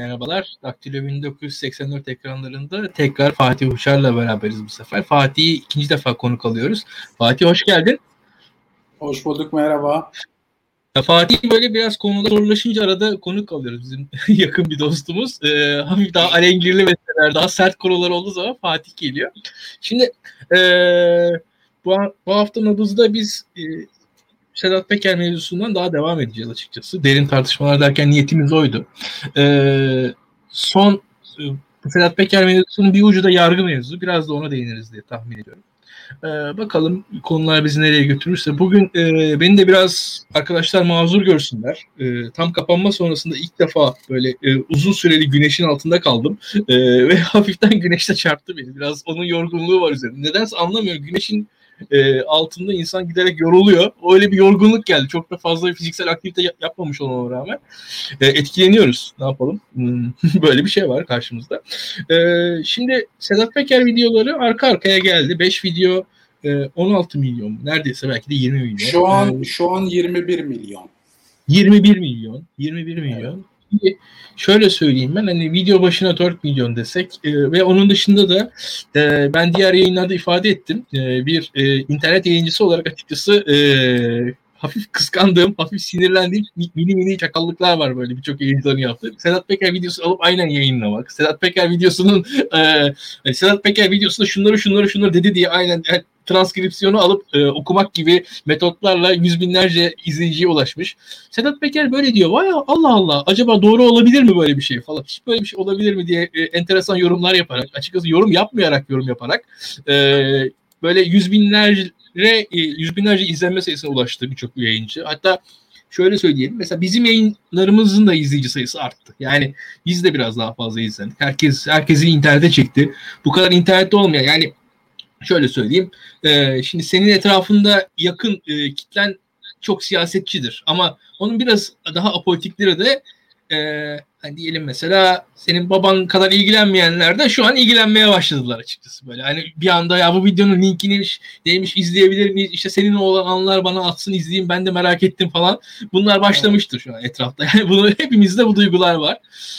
Merhabalar. Daktilo 1984 ekranlarında tekrar Fatih Uçar'la beraberiz bu sefer. Fatih'i ikinci defa konuk alıyoruz. Fatih hoş geldin. Hoş bulduk, merhaba. Fatih böyle biraz konuda zorlaşınca arada konuk alıyoruz. Bizim yakın bir dostumuz. Hafif daha alengirli meseleler, daha sert konular olduğu zaman Fatih geliyor. Şimdi bu hafta nabızda biz Sedat Peker mevzusundan daha devam edeceğiz açıkçası. Derin tartışmalar derken niyetimiz oydu. Son Sedat Peker mevzusunun bir ucu da yargı mevzusu. Biraz da ona değiniriz diye tahmin ediyorum. Bakalım konular bizi nereye götürürse. Bugün beni de biraz arkadaşlar mazur görsünler. Tam kapanma sonrasında ilk defa böyle uzun süreli güneşin altında kaldım. Ve hafiften güneşte çarptı beni. Biraz onun yorgunluğu var üzerinde. Nedense anlamıyorum. Güneşin altında insan giderek yoruluyor. Öyle bir yorgunluk geldi. Çok da fazla fiziksel aktivite yapmamış olmama rağmen. Etkileniyoruz. Ne yapalım? Böyle bir şey var karşımızda. Şimdi Sedat Peker videoları arka arkaya geldi. 5 video 16 milyon. Neredeyse belki de 20 milyon. Şu an 21 milyon. 21 milyon. 21 milyon. Evet. Şöyle söyleyeyim ben hani video başına 4 milyon desek ve onun dışında da ben diğer yayınlarda ifade ettim. Bir internet yayıncısı olarak açıkçası hafif kıskandığım, hafif sinirlendiğim mini çakallıklar var böyle birçok yayıncıların yaptığı. Sedat Peker videosu alıp aynen yayınlamak. Sedat Peker videosunun Sedat Peker videosunda şunları dedi diye aynen transkripsiyonu alıp okumak gibi metotlarla yüz binlerce izleyiciye ulaşmış. Sedat Peker böyle diyor. Vay Allah Allah acaba doğru olabilir mi böyle bir şey falan. Hiç böyle bir şey olabilir mi diye enteresan yorumlar yaparak açıkçası yorum yaparak böyle yüz binlerce izlenme sayısına ulaştı birçok yayıncı. Hatta şöyle söyleyelim. Mesela bizim yayınlarımızın da izleyici sayısı arttı. Yani biz de biraz daha fazla izlendik. Herkesi internete çekti. Bu kadar internette olmayan yani şöyle söyleyeyim. Şimdi senin etrafında yakın kitlen çok siyasetçidir. Ama onun biraz daha apolitikleri de hani diyelim mesela senin baban kadar ilgilenmeyenler de şu an ilgilenmeye başladılar açıkçası. Böyle hani bir anda ya bu videonun linkini neymiş izleyebilir miyiz? İşte senin olan anlar bana atsın izleyeyim ben de merak ettim falan. Bunlar başlamıştır şu an etrafta. Yani bunu hepimizde bu duygular var.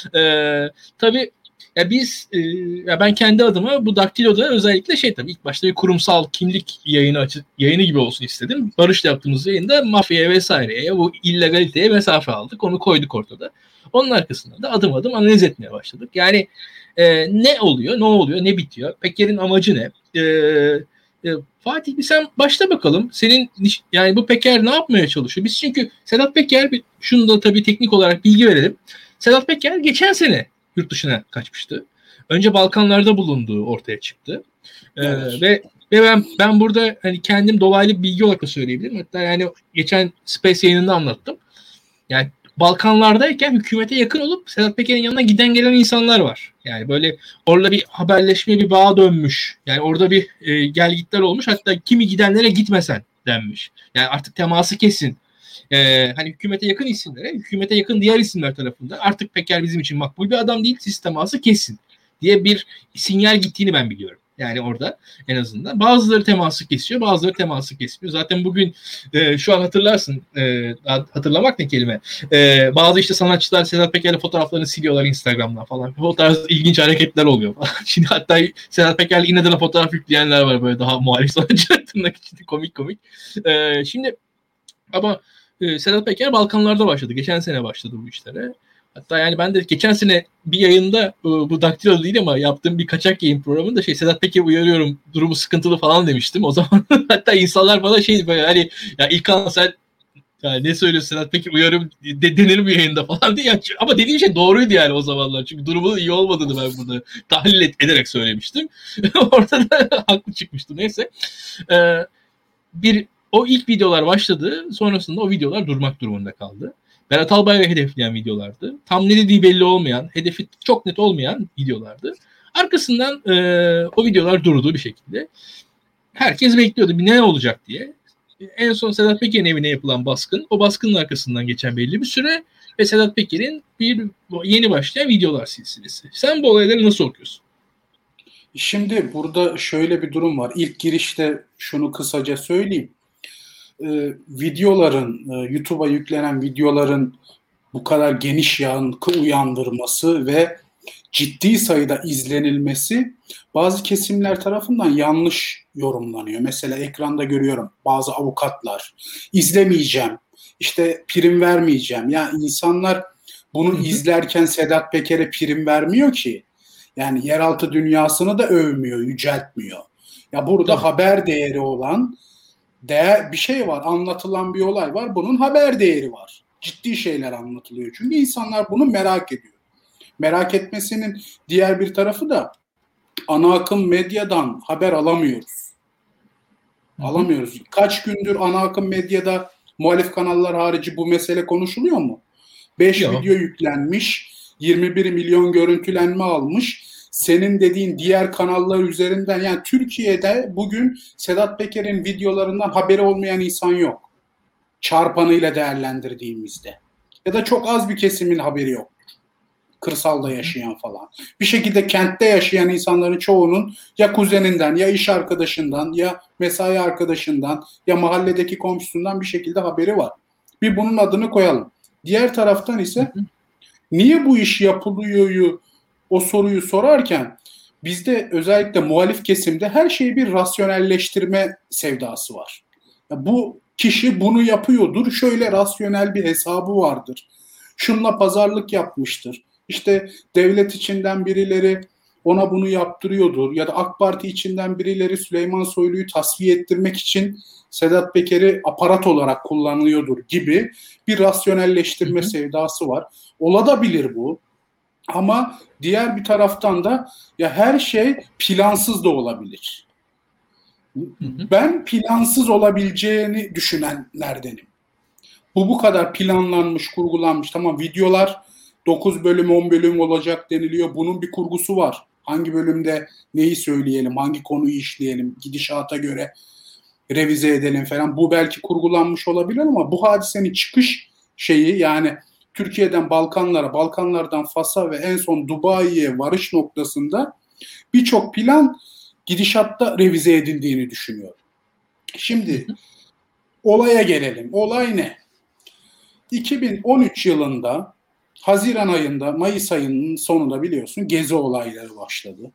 Tabii ya biz ya ben kendi adıma bu Daktilo'da özellikle tabii ilk başta bir kurumsal kimlik yayını gibi olsun istedim. Barış'la yaptığımız yayında mafyaya vesaireye bu illegaliteye mesafe aldık. Onu koyduk ortada. Onun arkasından da adım adım analiz etmeye başladık. Yani ne oluyor, ne bitiyor? Peker'in amacı ne? Fatih bir sen başla bakalım. Senin yani bu Peker ne yapmaya çalışıyor? Biz çünkü Sedat Peker şunu da tabii teknik olarak bilgi verelim. Sedat Peker geçen sene yurt dışına kaçmıştı. Önce Balkanlarda bulunduğu ortaya çıktı. Evet. Ve ben burada hani kendim dolaylı bilgi olarak da söyleyebilirim. Hatta yani geçen Space yayınında anlattım. Yani Balkanlardayken hükümete yakın olup Sedat Peker'in yanına giden gelen insanlar var. Yani böyle orada bir haberleşme, bir bağa dönmüş. Yani orada bir gelgitler olmuş. Hatta kimi gidenlere gitmesen denmiş. Yani artık teması kesin. Hani hükümete yakın isimlere, hükümete yakın diğer isimler tarafından artık Peker bizim için makbul bir adam değil, siz teması kesin diye bir sinyal gittiğini ben biliyorum. Yani orada en azından bazıları teması kesiyor, bazıları teması kesmiyor. Zaten bugün şu an hatırlarsın, hatırlamak ne kelime. Bazı işte sanatçılar Sedat Peker'le fotoğraflarını siliyorlar Instagram'dan falan. O tarz ilginç hareketler oluyor. Şimdi hatta Sedat Peker'le inadına fotoğraf yükleyenler var böyle daha muhalif sanatçılar tırnak içinde komik. Şimdi ama Sedat Peker Balkanlarda başladı. Geçen sene başladı bu işlere. Hatta yani ben de geçen sene bir yayında bu Daktilo değil ama yaptığım bir kaçak yayın programında Sedat Peker'i uyarıyorum durumu sıkıntılı falan demiştim. O zaman hatta insanlar bana böyle hani ya İlkan sen yani ne söylüyorsun Sedat Peker uyarım denir mi yayında falan diye. Ama dediğim şey doğruydu yani o zamanlar. Çünkü durumunun iyi olmadığını ben burada tahlil ederek söylemiştim. Orada da haklı çıkmıştım. Neyse. O ilk videolar başladı. Sonrasında o videolar durmak durumunda kaldı. Berat Albayrak'ı hedefleyen videolardı. Tam ne dediği belli olmayan, hedefi çok net olmayan videolardı. Arkasından o videolar durdu bir şekilde. Herkes bekliyordu bir ne olacak diye. En son Sedat Peker'in evine yapılan baskın, o baskının arkasından geçen belli bir süre ve Sedat Peker'in yeni başlayan videolar silsilesi. Sen bu olayları nasıl okuyorsun? Şimdi burada şöyle bir durum var. İlk girişte şunu kısaca söyleyeyim. Videoların, YouTube'a yüklenen videoların bu kadar geniş yankı uyandırması ve ciddi sayıda izlenilmesi bazı kesimler tarafından yanlış yorumlanıyor. Mesela ekranda görüyorum bazı avukatlar izlemeyeceğim, işte prim vermeyeceğim. Ya insanlar bunu izlerken Sedat Peker'e prim vermiyor ki. Yani yeraltı dünyasını da övmüyor, yüceltmiyor. Ya burada Tabii. haber değeri olan bir şey var, anlatılan bir olay var. Bunun haber değeri var. Ciddi şeyler anlatılıyor. Çünkü insanlar bunu merak ediyor. Merak etmesinin diğer bir tarafı da ana akım medyadan haber alamıyoruz. Alamıyoruz. Kaç gündür ana akım medyada muhalif kanallar harici bu mesele konuşuluyor mu? 5 Yok. video yüklenmiş, 21 milyon görüntülenme almış. Senin dediğin diğer kanallar üzerinden, yani Türkiye'de bugün Sedat Peker'in videolarından haberi olmayan insan yok. Çarpanıyla değerlendirdiğimizde. Ya da çok az bir kesimin haberi yok. Kırsalda yaşayan falan. Bir şekilde kentte yaşayan insanların çoğunun ya kuzeninden, ya iş arkadaşından, ya mesai arkadaşından, ya mahalledeki komşusundan bir şekilde haberi var. Bir bunun adını koyalım. Diğer taraftan ise niye bu iş yapılıyor, o soruyu sorarken bizde özellikle muhalif kesimde her şeyi bir rasyonelleştirme sevdası var. Ya bu kişi bunu yapıyordur, şöyle rasyonel bir hesabı vardır. Şunla pazarlık yapmıştır. İşte devlet içinden birileri ona bunu yaptırıyordur ya da AK Parti içinden birileri Süleyman Soylu'yu tasfiye ettirmek için Sedat Peker'i aparat olarak kullanıyordur gibi bir rasyonelleştirme sevdası var. Olabilir bu. Ama diğer bir taraftan da ya her şey plansız da olabilir. Ben plansız olabileceğini düşünenlerdenim. Bu kadar planlanmış, kurgulanmış. Tamam, videolar 9 bölüm, 10 bölüm olacak deniliyor. Bunun bir kurgusu var. Hangi bölümde neyi söyleyelim, hangi konuyu işleyelim, gidişata göre revize edelim falan. Bu belki kurgulanmış olabilir ama bu hadisenin çıkış şeyi, yani Türkiye'den Balkanlara, Balkanlardan Fas'a ve en son Dubai'ye varış noktasında birçok plan gidişatta revize edildiğini düşünüyorum. Şimdi olaya gelelim. Olay ne? 2013 yılında Haziran ayında, Mayıs ayının sonunda biliyorsun gezi olayları başladı.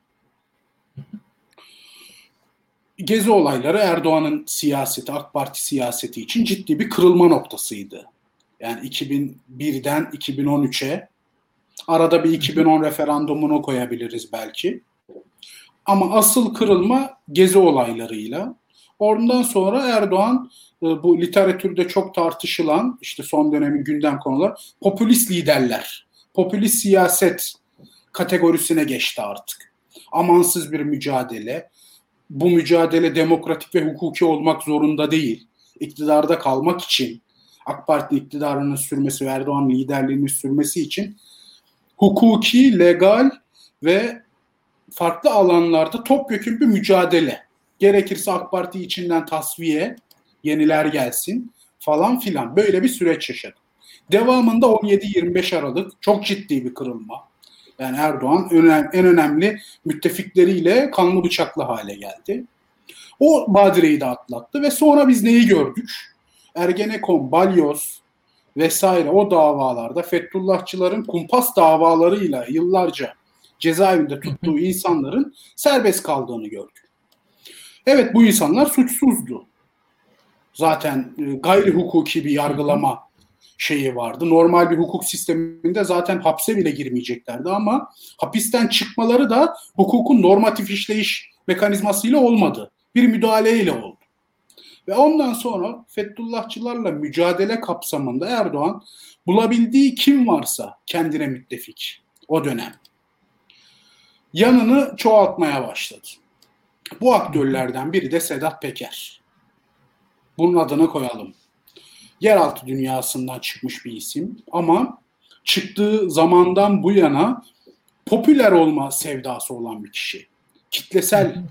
Gezi olayları Erdoğan'ın siyaseti, AK Parti siyaseti için ciddi bir kırılma noktasıydı. Yani 2001'den 2013'e, arada bir 2010 referandumunu koyabiliriz belki. Ama asıl kırılma gezi olaylarıyla. Ondan sonra Erdoğan bu literatürde çok tartışılan, işte son dönemin gündem konuları, popülist liderler, popülist siyaset kategorisine geçti artık. Amansız bir mücadele. Bu mücadele demokratik ve hukuki olmak zorunda değil. İktidarda kalmak için, AK Parti iktidarının sürmesi ve Erdoğan'ın liderliğinin sürmesi için hukuki, legal ve farklı alanlarda topyekün bir mücadele. Gerekirse AK Parti içinden tasfiye, yeniler gelsin falan filan. Böyle bir süreç yaşadı. Devamında 17-25 Aralık çok ciddi bir kırılma. Yani Erdoğan en önemli müttefikleriyle kanlı bıçaklı hale geldi. O badireyi de atlattı ve sonra biz neyi gördük? Ergenekon, Balyoz vesaire o davalarda Fethullahçıların kumpas davalarıyla yıllarca cezaevinde tuttuğu insanların serbest kaldığını gördük. Evet, bu insanlar suçsuzdu. Zaten gayri hukuki bir yargılama şeyi vardı. Normal bir hukuk sisteminde zaten hapse bile girmeyeceklerdi ama hapisten çıkmaları da hukukun normatif işleyiş mekanizmasıyla olmadı. Bir müdahaleyle oldu. Ve ondan sonra Fethullahçılarla mücadele kapsamında Erdoğan bulabildiği kim varsa kendine müttefik o dönem yanını çoğaltmaya başladı. Bu aktörlerden biri de Sedat Peker. Bunun adını koyalım. Yeraltı dünyasından çıkmış bir isim ama çıktığı zamandan bu yana popüler olma sevdası olan bir kişi. Kitlesel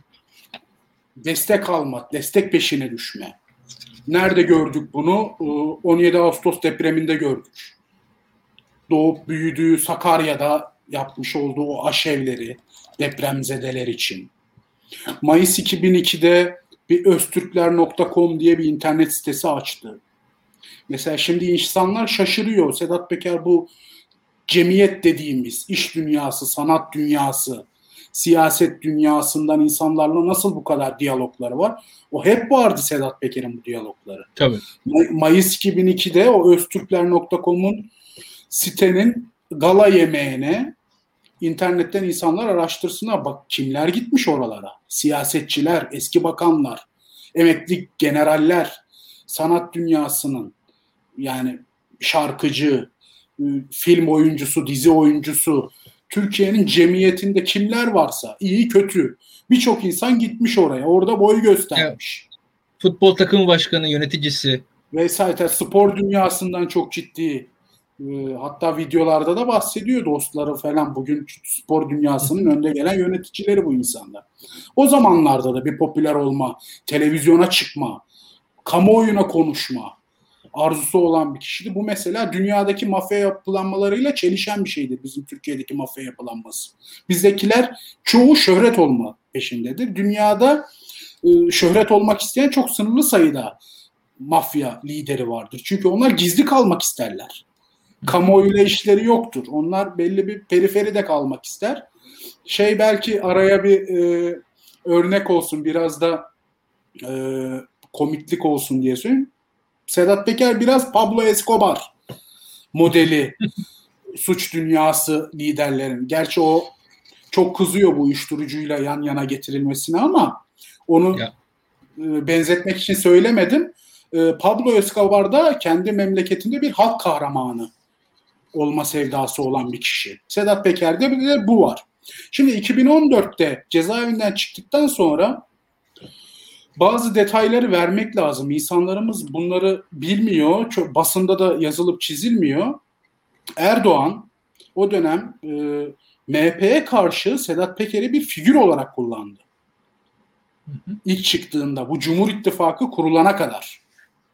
destek alma, destek peşine düşme. Nerede gördük bunu? 17 Ağustos depreminde gördük. Doğup büyüdüğü Sakarya'da yapmış olduğu o aşevleri depremzedeler için. Mayıs 2002'de bir öztürkler.com diye bir internet sitesi açtı. Mesela şimdi insanlar şaşırıyor. Sedat Peker bu cemiyet dediğimiz iş dünyası, sanat dünyası, siyaset dünyasından insanlarla nasıl bu kadar diyalogları var? O hep vardı Sedat Peker'in bu diyalogları. Tabii. Mayıs 2002'de o öztürkler.com'un sitenin gala yemeğine internetten insanlar araştırsınlar. Bak kimler gitmiş oralara? Siyasetçiler, eski bakanlar, emekli generaller, sanat dünyasının yani şarkıcı, film oyuncusu, dizi oyuncusu, Türkiye'nin cemiyetinde kimler varsa iyi kötü birçok insan gitmiş oraya. Orada boy göstermiş. Evet. Futbol takımı başkanı, yöneticisi. Vesaire spor dünyasından çok ciddi hatta videolarda da bahsediyor dostları falan. Bugün spor dünyasının önde gelen yöneticileri bu insanlar. O zamanlarda da bir popüler olma, televizyona çıkma, kamuoyuna konuşma arzusu olan bir kişiydi. Bu mesela dünyadaki mafya yapılanmalarıyla çelişen bir şeydir bizim Türkiye'deki mafya yapılanması. Bizdekiler çoğu şöhret olma peşindedir. Dünyada şöhret olmak isteyen çok sınırlı sayıda mafya lideri vardır. Çünkü onlar gizli kalmak isterler. Kamuoyuyla işleri yoktur. Onlar belli bir periferide kalmak ister. Belki araya bir örnek olsun, biraz da komiklik olsun diye söyleyeyim. Sedat Peker biraz Pablo Escobar modeli suç dünyası liderlerin. Gerçi o çok kızıyor bu uyuşturucuyla yan yana getirilmesine ama onu benzetmek için söylemedim. Pablo Escobar da kendi memleketinde bir halk kahramanı olma sevdası olan bir kişi. Sedat Peker'de bir de bu var. Şimdi 2014'te cezaevinden çıktıktan sonra bazı detayları vermek lazım. İnsanlarımız bunları bilmiyor. Çok, basında da yazılıp çizilmiyor. Erdoğan o dönem MHP'ye karşı Sedat Peker'i bir figür olarak kullandı. İlk çıktığında bu Cumhur İttifakı kurulana kadar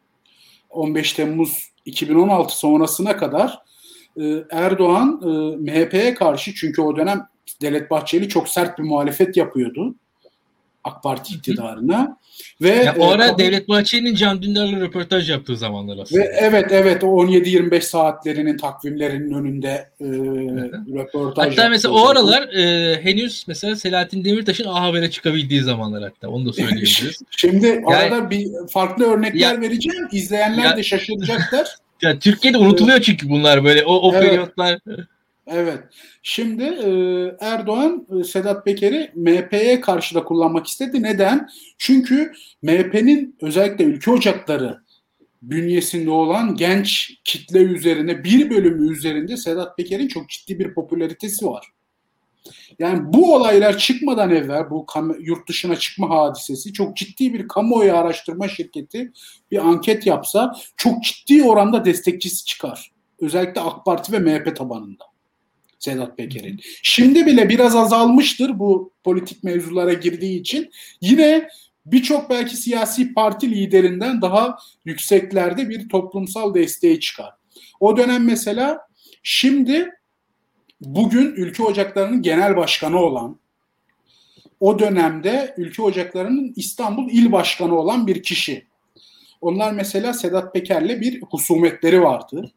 15 Temmuz 2016 sonrasına kadar Erdoğan MHP'ye karşı, çünkü o dönem Devlet Bahçeli çok sert bir muhalefet yapıyordu AK Parti iktidarına. Ve o ara Devlet Bahçeli'nin Can Dündar'la röportaj yaptığı zamanlar aslında. Ve evet o 17-25 saatlerinin takvimlerinin önünde röportaj hatta mesela o zaman. aralar henüz mesela Selahattin Demirtaş'ın A Haber'e çıkabildiği zamanlar, hatta onu da söyleyebiliriz. Şimdi arada bir farklı örnekler vereceğim. İzleyenler de şaşıracaklar. Ya Türkiye'de unutuluyor çünkü bunlar böyle o evet. periyotlar. Evet. Şimdi Erdoğan Sedat Peker'i MHP'ye karşı da kullanmak istedi. Neden? Çünkü MHP'nin özellikle ülke ocakları bünyesinde olan genç kitle üzerine, bir bölümü üzerinde Sedat Peker'in çok ciddi bir popülaritesi var. Yani bu olaylar çıkmadan evvel, bu yurt dışına çıkma hadisesi, çok ciddi bir kamuoyu araştırma şirketi bir anket yapsa çok ciddi oranda destekçisi çıkar. Özellikle AK Parti ve MHP tabanında Sedat Peker'in. Şimdi bile biraz azalmıştır bu politik mevzulara girdiği için. Yine birçok belki siyasi parti liderinden daha yükseklerde bir toplumsal desteği çıkar. O dönem mesela, şimdi bugün Ülke Ocakları'nın genel başkanı olan, o dönemde Ülke Ocakları'nın İstanbul İl Başkanı olan bir kişi. Onlar mesela Sedat Peker'le bir husumetleri vardı.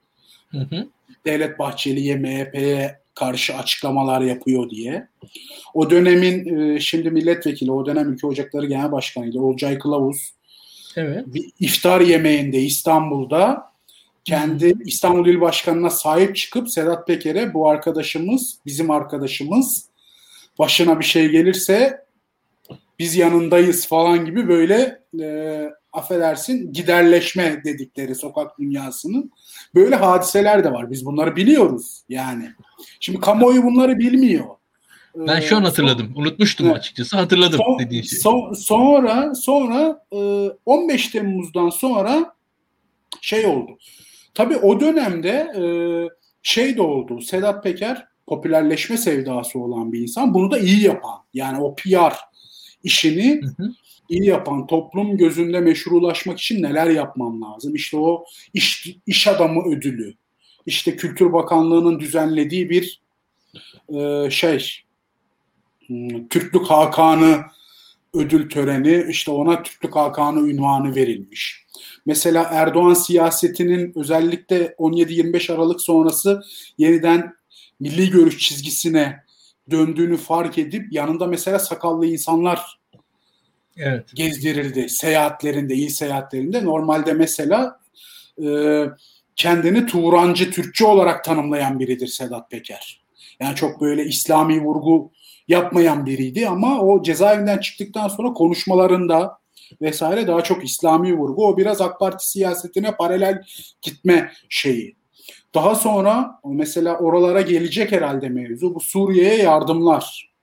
Devlet Bahçeli'ye, MHP'ye karşı açıklamalar yapıyor diye. O dönemin şimdi milletvekili, o dönem Ülke Ocakları Genel Başkanıydı Olcay Kılavuz. Evet. Bir iftar yemeğinde İstanbul'da kendi İstanbul İl Başkanı'na sahip çıkıp Sedat Peker'e, bu arkadaşımız, bizim arkadaşımız, başına bir şey gelirse biz yanındayız falan gibi böyle affedersin giderleşme dedikleri sokak dünyasının böyle hadiseler de var. Biz bunları biliyoruz yani. Şimdi kamuoyu bunları bilmiyor. Ben şu an hatırladım. Unutmuştum açıkçası. Hatırladım dediğin şey. Sonra 15 Temmuz'dan sonra oldu. Tabii o dönemde de oldu. Sedat Peker popülerleşme sevdası olan bir insan. Bunu da iyi yapan. Yani o PR işini iyi yapan, toplum gözünde meşrulaşmak için neler yapmam lazım? İşte o iş adamı ödülü. İşte Kültür Bakanlığı'nın düzenlediği bir Türklük Hakanı ödül töreni, işte ona Türklük Hakanı unvanı verilmiş. Mesela Erdoğan siyasetinin özellikle 17-25 Aralık sonrası yeniden milli görüş çizgisine döndüğünü fark edip yanında mesela sakallı insanlar gezdirildi seyahatlerinde, il seyahatlerinde. Normalde mesela kendini Turancı, Türkçü olarak tanımlayan biridir Sedat Peker. Yani çok böyle İslami vurgu yapmayan biriydi ama o cezaevinden çıktıktan sonra konuşmalarında vesaire daha çok İslami vurgu. O biraz AK Parti siyasetine paralel gitme şeyi. Daha sonra mesela oralara gelecek herhalde mevzu. Bu Suriye'ye yardımlar.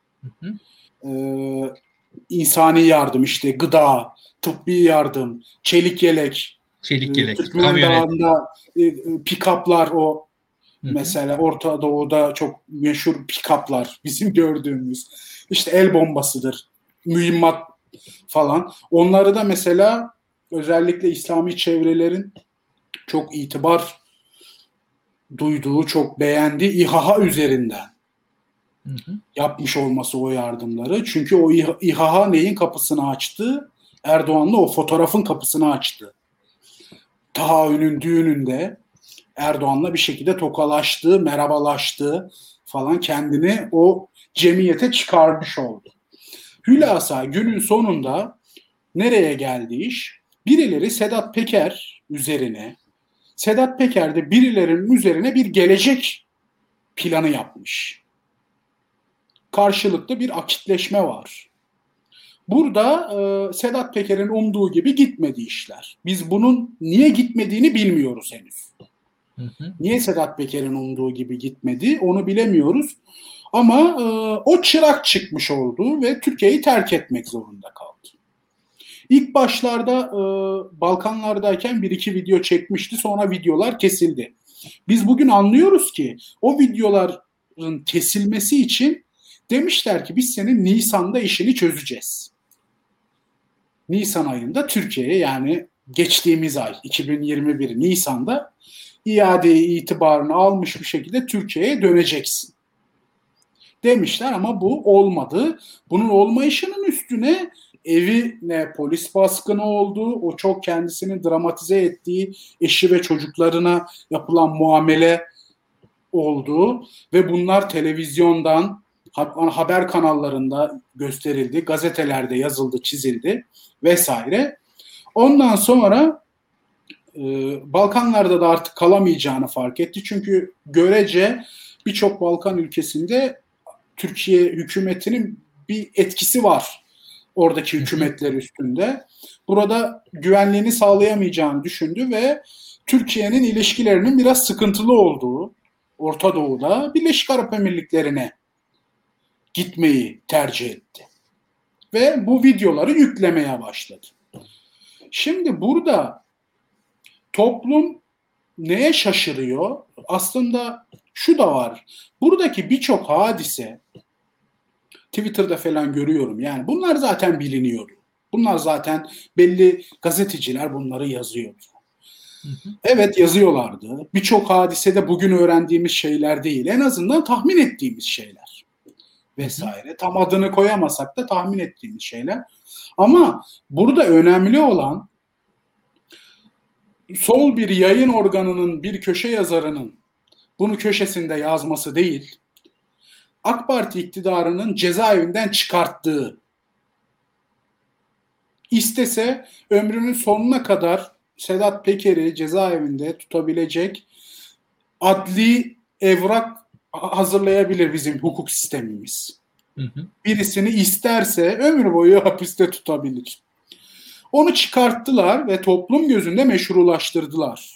İnsani yardım, işte gıda, tıbbi yardım, çelik yelek. Türkmen Dağı'nda pick-up'lar o. Mesela Orta Doğu'da çok meşhur pick-up'lar bizim gördüğümüz. İşte el bombasıdır, mühimmat falan. Onları da mesela özellikle İslami çevrelerin çok itibar duyduğu, çok beğendiği İHA üzerinden yapmış olması o yardımları. Çünkü o İHA neyin kapısını açtı? Erdoğan'la o fotoğrafın kapısını açtı. Tahayyünün düğününde Erdoğan'la bir şekilde tokalaştı, merhabalaştı falan, kendini o cemiyete çıkarmış oldu. Hülasa günün sonunda nereye geldi iş? Birileri Sedat Peker üzerine, Sedat Peker de birilerinin üzerine bir gelecek planı yapmış. Karşılıklı bir akitleşme var. Burada Sedat Peker'in umduğu gibi gitmedi işler. Biz bunun niye gitmediğini bilmiyoruz henüz. Niye Sedat Peker'in umduğu gibi gitmedi onu bilemiyoruz. Ama o çırak çıkmış oldu ve Türkiye'yi terk etmek zorunda kaldı. İlk başlarda Balkanlardayken bir iki video çekmişti, sonra videolar kesildi. Biz bugün anlıyoruz ki o videoların kesilmesi için demişler ki biz senin Nisan'da işini çözeceğiz. Nisan ayında Türkiye'ye, yani geçtiğimiz ay 2021 Nisan'da iade itibarını almış bir şekilde Türkiye'ye döneceksin demişler ama bu olmadı. Bunun olmayışının üstüne evine polis baskını oldu. O çok kendisini dramatize ettiği eşi ve çocuklarına yapılan muamele oldu ve bunlar televizyondan, haber kanallarında gösterildi, gazetelerde yazıldı, çizildi vesaire. Ondan sonra Balkanlarda da artık kalamayacağını fark etti. Çünkü görece birçok Balkan ülkesinde Türkiye hükümetinin bir etkisi var oradaki hükümetler üstünde. Burada güvenliğini sağlayamayacağını düşündü ve Türkiye'nin ilişkilerinin biraz sıkıntılı olduğu Orta Doğu'da Birleşik Arap Emirlikleri'ne gitmeyi tercih etti. Ve bu videoları yüklemeye başladı. Şimdi burada toplum neye şaşırıyor? Aslında şu da var. Buradaki birçok hadise Twitter'da falan görüyorum. Yani bunlar zaten biliniyordu. Bunlar zaten belli gazeteciler bunları yazıyordu. Evet, yazıyorlardı. Birçok hadisede bugün öğrendiğimiz şeyler değil. En azından tahmin ettiğimiz şeyler vesaire. Tam adını koyamasak da tahmin ettiğimiz şeyler. Ama burada önemli olan sol bir yayın organının bir köşe yazarının bunu köşesinde yazması değil, AK Parti iktidarının cezaevinden çıkarttığı, istese ömrünün sonuna kadar Sedat Peker'i cezaevinde tutabilecek adli evrak hazırlayabilir bizim hukuk sistemimiz. Birisini isterse ömür boyu hapiste tutabilir. Onu çıkarttılar ve toplum gözünde meşrulaştırdılar.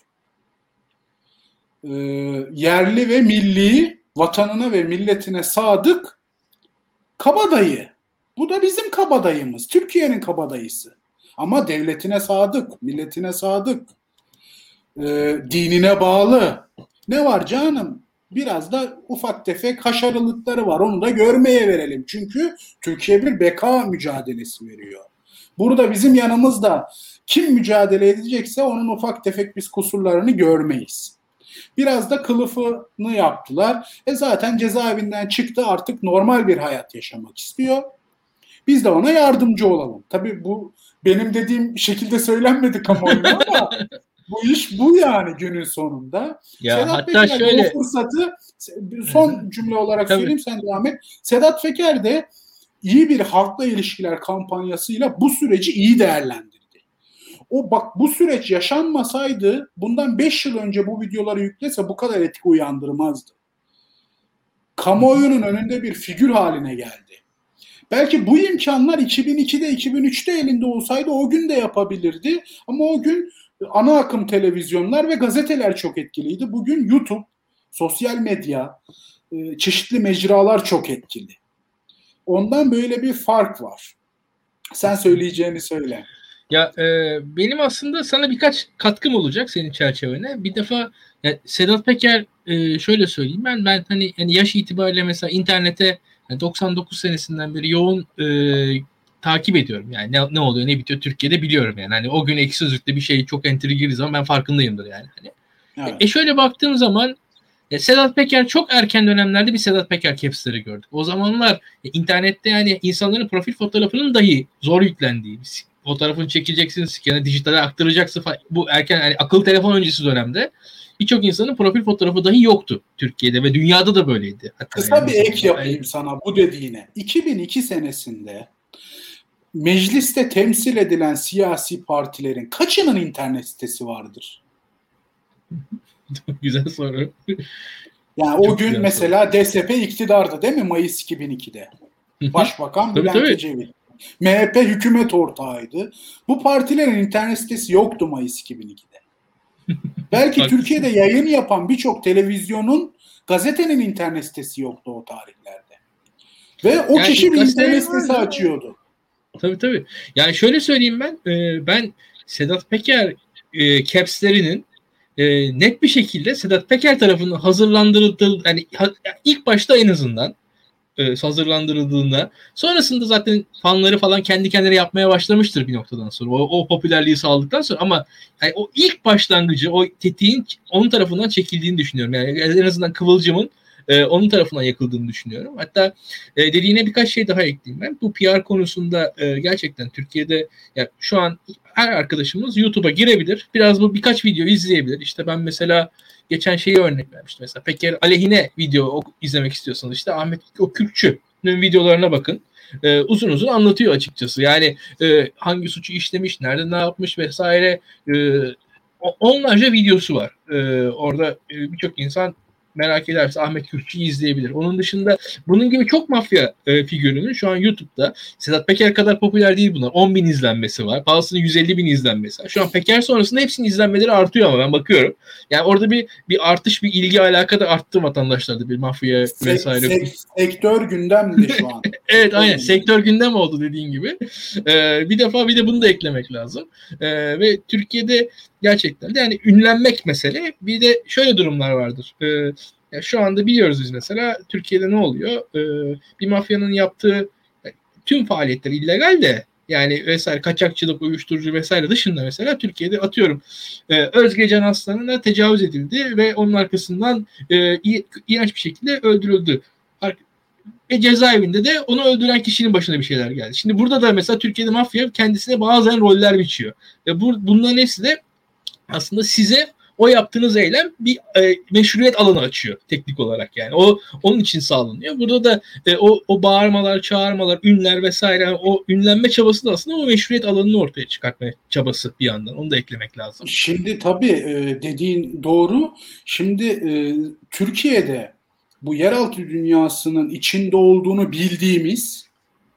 Yerli ve milli, vatanına ve milletine sadık kabadayı. Bu da bizim kabadayımız, Türkiye'nin kabadayısı. Ama devletine sadık, milletine sadık, dinine bağlı. Ne var canım? Biraz da ufak tefek haşarılıkları var. Onu da görmeye verelim. Çünkü Türkiye bir beka mücadelesi veriyor. Burada bizim yanımızda kim mücadele edecekse onun ufak tefek biz kusurlarını görmeyiz. Biraz da kılıfını yaptılar. Zaten cezaevinden çıktı, artık normal bir hayat yaşamak istiyor. Biz de ona yardımcı olalım. Tabii bu benim dediğim şekilde söylenmedi kamuoyuna ama bu iş bu yani günün sonunda. Ya Sedat hatta Peker de şöyle, o fırsatı son cümle olarak tabii. söyleyeyim, sen devam et. Sedat Peker de iyi bir halkla ilişkiler kampanyasıyla bu süreci iyi değerlendirdi. O bak, bu süreç yaşanmasaydı bundan 5 yıl önce bu videoları yüklese bu kadar etki uyandırmazdı. Kamuoyunun önünde bir figür haline geldi. Belki bu imkanlar 2002'de 2003'te elinde olsaydı o gün de yapabilirdi. Ama o gün ana akım televizyonlar ve gazeteler çok etkiliydi. Bugün YouTube, sosyal medya, çeşitli mecralar çok etkili. Ondan böyle bir fark var. Sen söyleyeceğini söyle. Ya benim aslında sana birkaç katkım olacak senin çerçevene. Bir defa Sedat Peker, şöyle söyleyeyim, ben hani yaş itibariyle mesela internete 99 senesinden beri yoğun takip ediyorum. Yani ne oluyor ne bitiyor Türkiye'de biliyorum yani. Hani o gün Ekşi Sözlük'te bir şey çok entry girdiği zaman ben farkındayımdır yani. Hani. Evet. Şöyle baktığım zaman Sedat Peker, çok erken dönemlerde bir Sedat Peker caps'leri gördük. O zamanlar internette yani insanların profil fotoğrafının dahi zor yüklendiği, fotoğrafını çekeceksiniz, yani dijitale aktaracaksın falan. Bu erken, yani akıllı telefon öncesi dönemde birçok insanın profil fotoğrafı dahi yoktu Türkiye'de ve dünyada da böyleydi. Hatta Kısa yani bir ek yapayım sana bu dediğine. 2002 senesinde mecliste temsil edilen siyasi partilerin kaçının internet sitesi vardır? Güzel soru. Yani o Çok gün güzel mesela DSP iktidardı değil mi Mayıs 2002'de? Başbakan Tabii, Bülent tabii. Ecevit. MHP hükümet ortağıydı. Bu partilerin internet sitesi yoktu Mayıs 2002'de. Belki Haklısın. Türkiye'de yayın yapan birçok televizyonun, gazetenin internet sitesi yoktu o tarihlerde. Ve o Yani kişi bir internet gazeteler sitesi vardı. açıyordu. Tabii. Yani şöyle söyleyeyim ben. Ben Sedat Peker caps'lerinin net bir şekilde Sedat Peker tarafından hazırlandırıldığı, yani ilk başta en azından hazırlandırıldığında, sonrasında zaten fanları falan kendi kendine yapmaya başlamıştır bir noktadan sonra. O popülerliği sağladıktan sonra, ama yani o ilk başlangıcı, o tetiğin onun tarafından çekildiğini düşünüyorum. Yani en azından kıvılcımın onun tarafından yakıldığını düşünüyorum. Hatta dediğine birkaç şey daha ekleyeyim ben. Bu PR konusunda gerçekten Türkiye'de yani şu an her arkadaşımız YouTube'a girebilir. Biraz bu birkaç video izleyebilir. İşte ben mesela geçen şeyi örnek vermiştim. Mesela Peker aleyhine video izlemek istiyorsanız işte Ahmet Kürkçü'nün videolarına bakın. Uzun uzun anlatıyor açıkçası. Yani hangi suçu işlemiş, nerede ne yapmış vesaire. Onlarca videosu var. Orada birçok insan merak ederse Ahmet Kürkçü'yü izleyebilir. Onun dışında bunun gibi çok mafya figürünün şu an YouTube'da, Sedat Peker kadar popüler değil bunlar. 10 bin izlenmesi var. Bazısının 150 bin izlenmesi var. Şu an Peker sonrasında hepsinin izlenmeleri artıyor ama ben bakıyorum. Yani orada bir artış, bir ilgi alaka da arttı vatandaşlarda, bir mafya vesaire. Sektör gündemde şu an. Evet, aynen. Sektör gündem oldu dediğin gibi. Bir de bunu da eklemek lazım. Ve Türkiye'de gerçekten de yani ünlenmek mesele. Bir de şöyle durumlar vardır. Ya şu anda biliyoruz biz mesela Türkiye'de ne oluyor? Bir mafyanın yaptığı tüm faaliyetler illegal de, yani vesaire, kaçakçılık, uyuşturucu vesaire dışında mesela Türkiye'de atıyorum Özge Can Aslan'ına tecavüz edildi ve onun arkasından iğrenç bir şekilde öldürüldü. Ve cezaevinde de onu öldüren kişinin başına bir şeyler geldi. Şimdi burada da mesela Türkiye'de mafya kendisine bazen roller biçiyor. Ve bunların hepsi de aslında size o yaptığınız eylem bir meşruiyet alanı açıyor teknik olarak yani. Onun için sağlanıyor. Burada da o bağırmalar, çağırmalar, ünler vesaire, yani o ünlenme çabası da aslında o meşruiyet alanını ortaya çıkartma çabası bir yandan. Onu da eklemek lazım. Şimdi tabii dediğin doğru. Şimdi Türkiye'de bu yeraltı dünyasının içinde olduğunu bildiğimiz,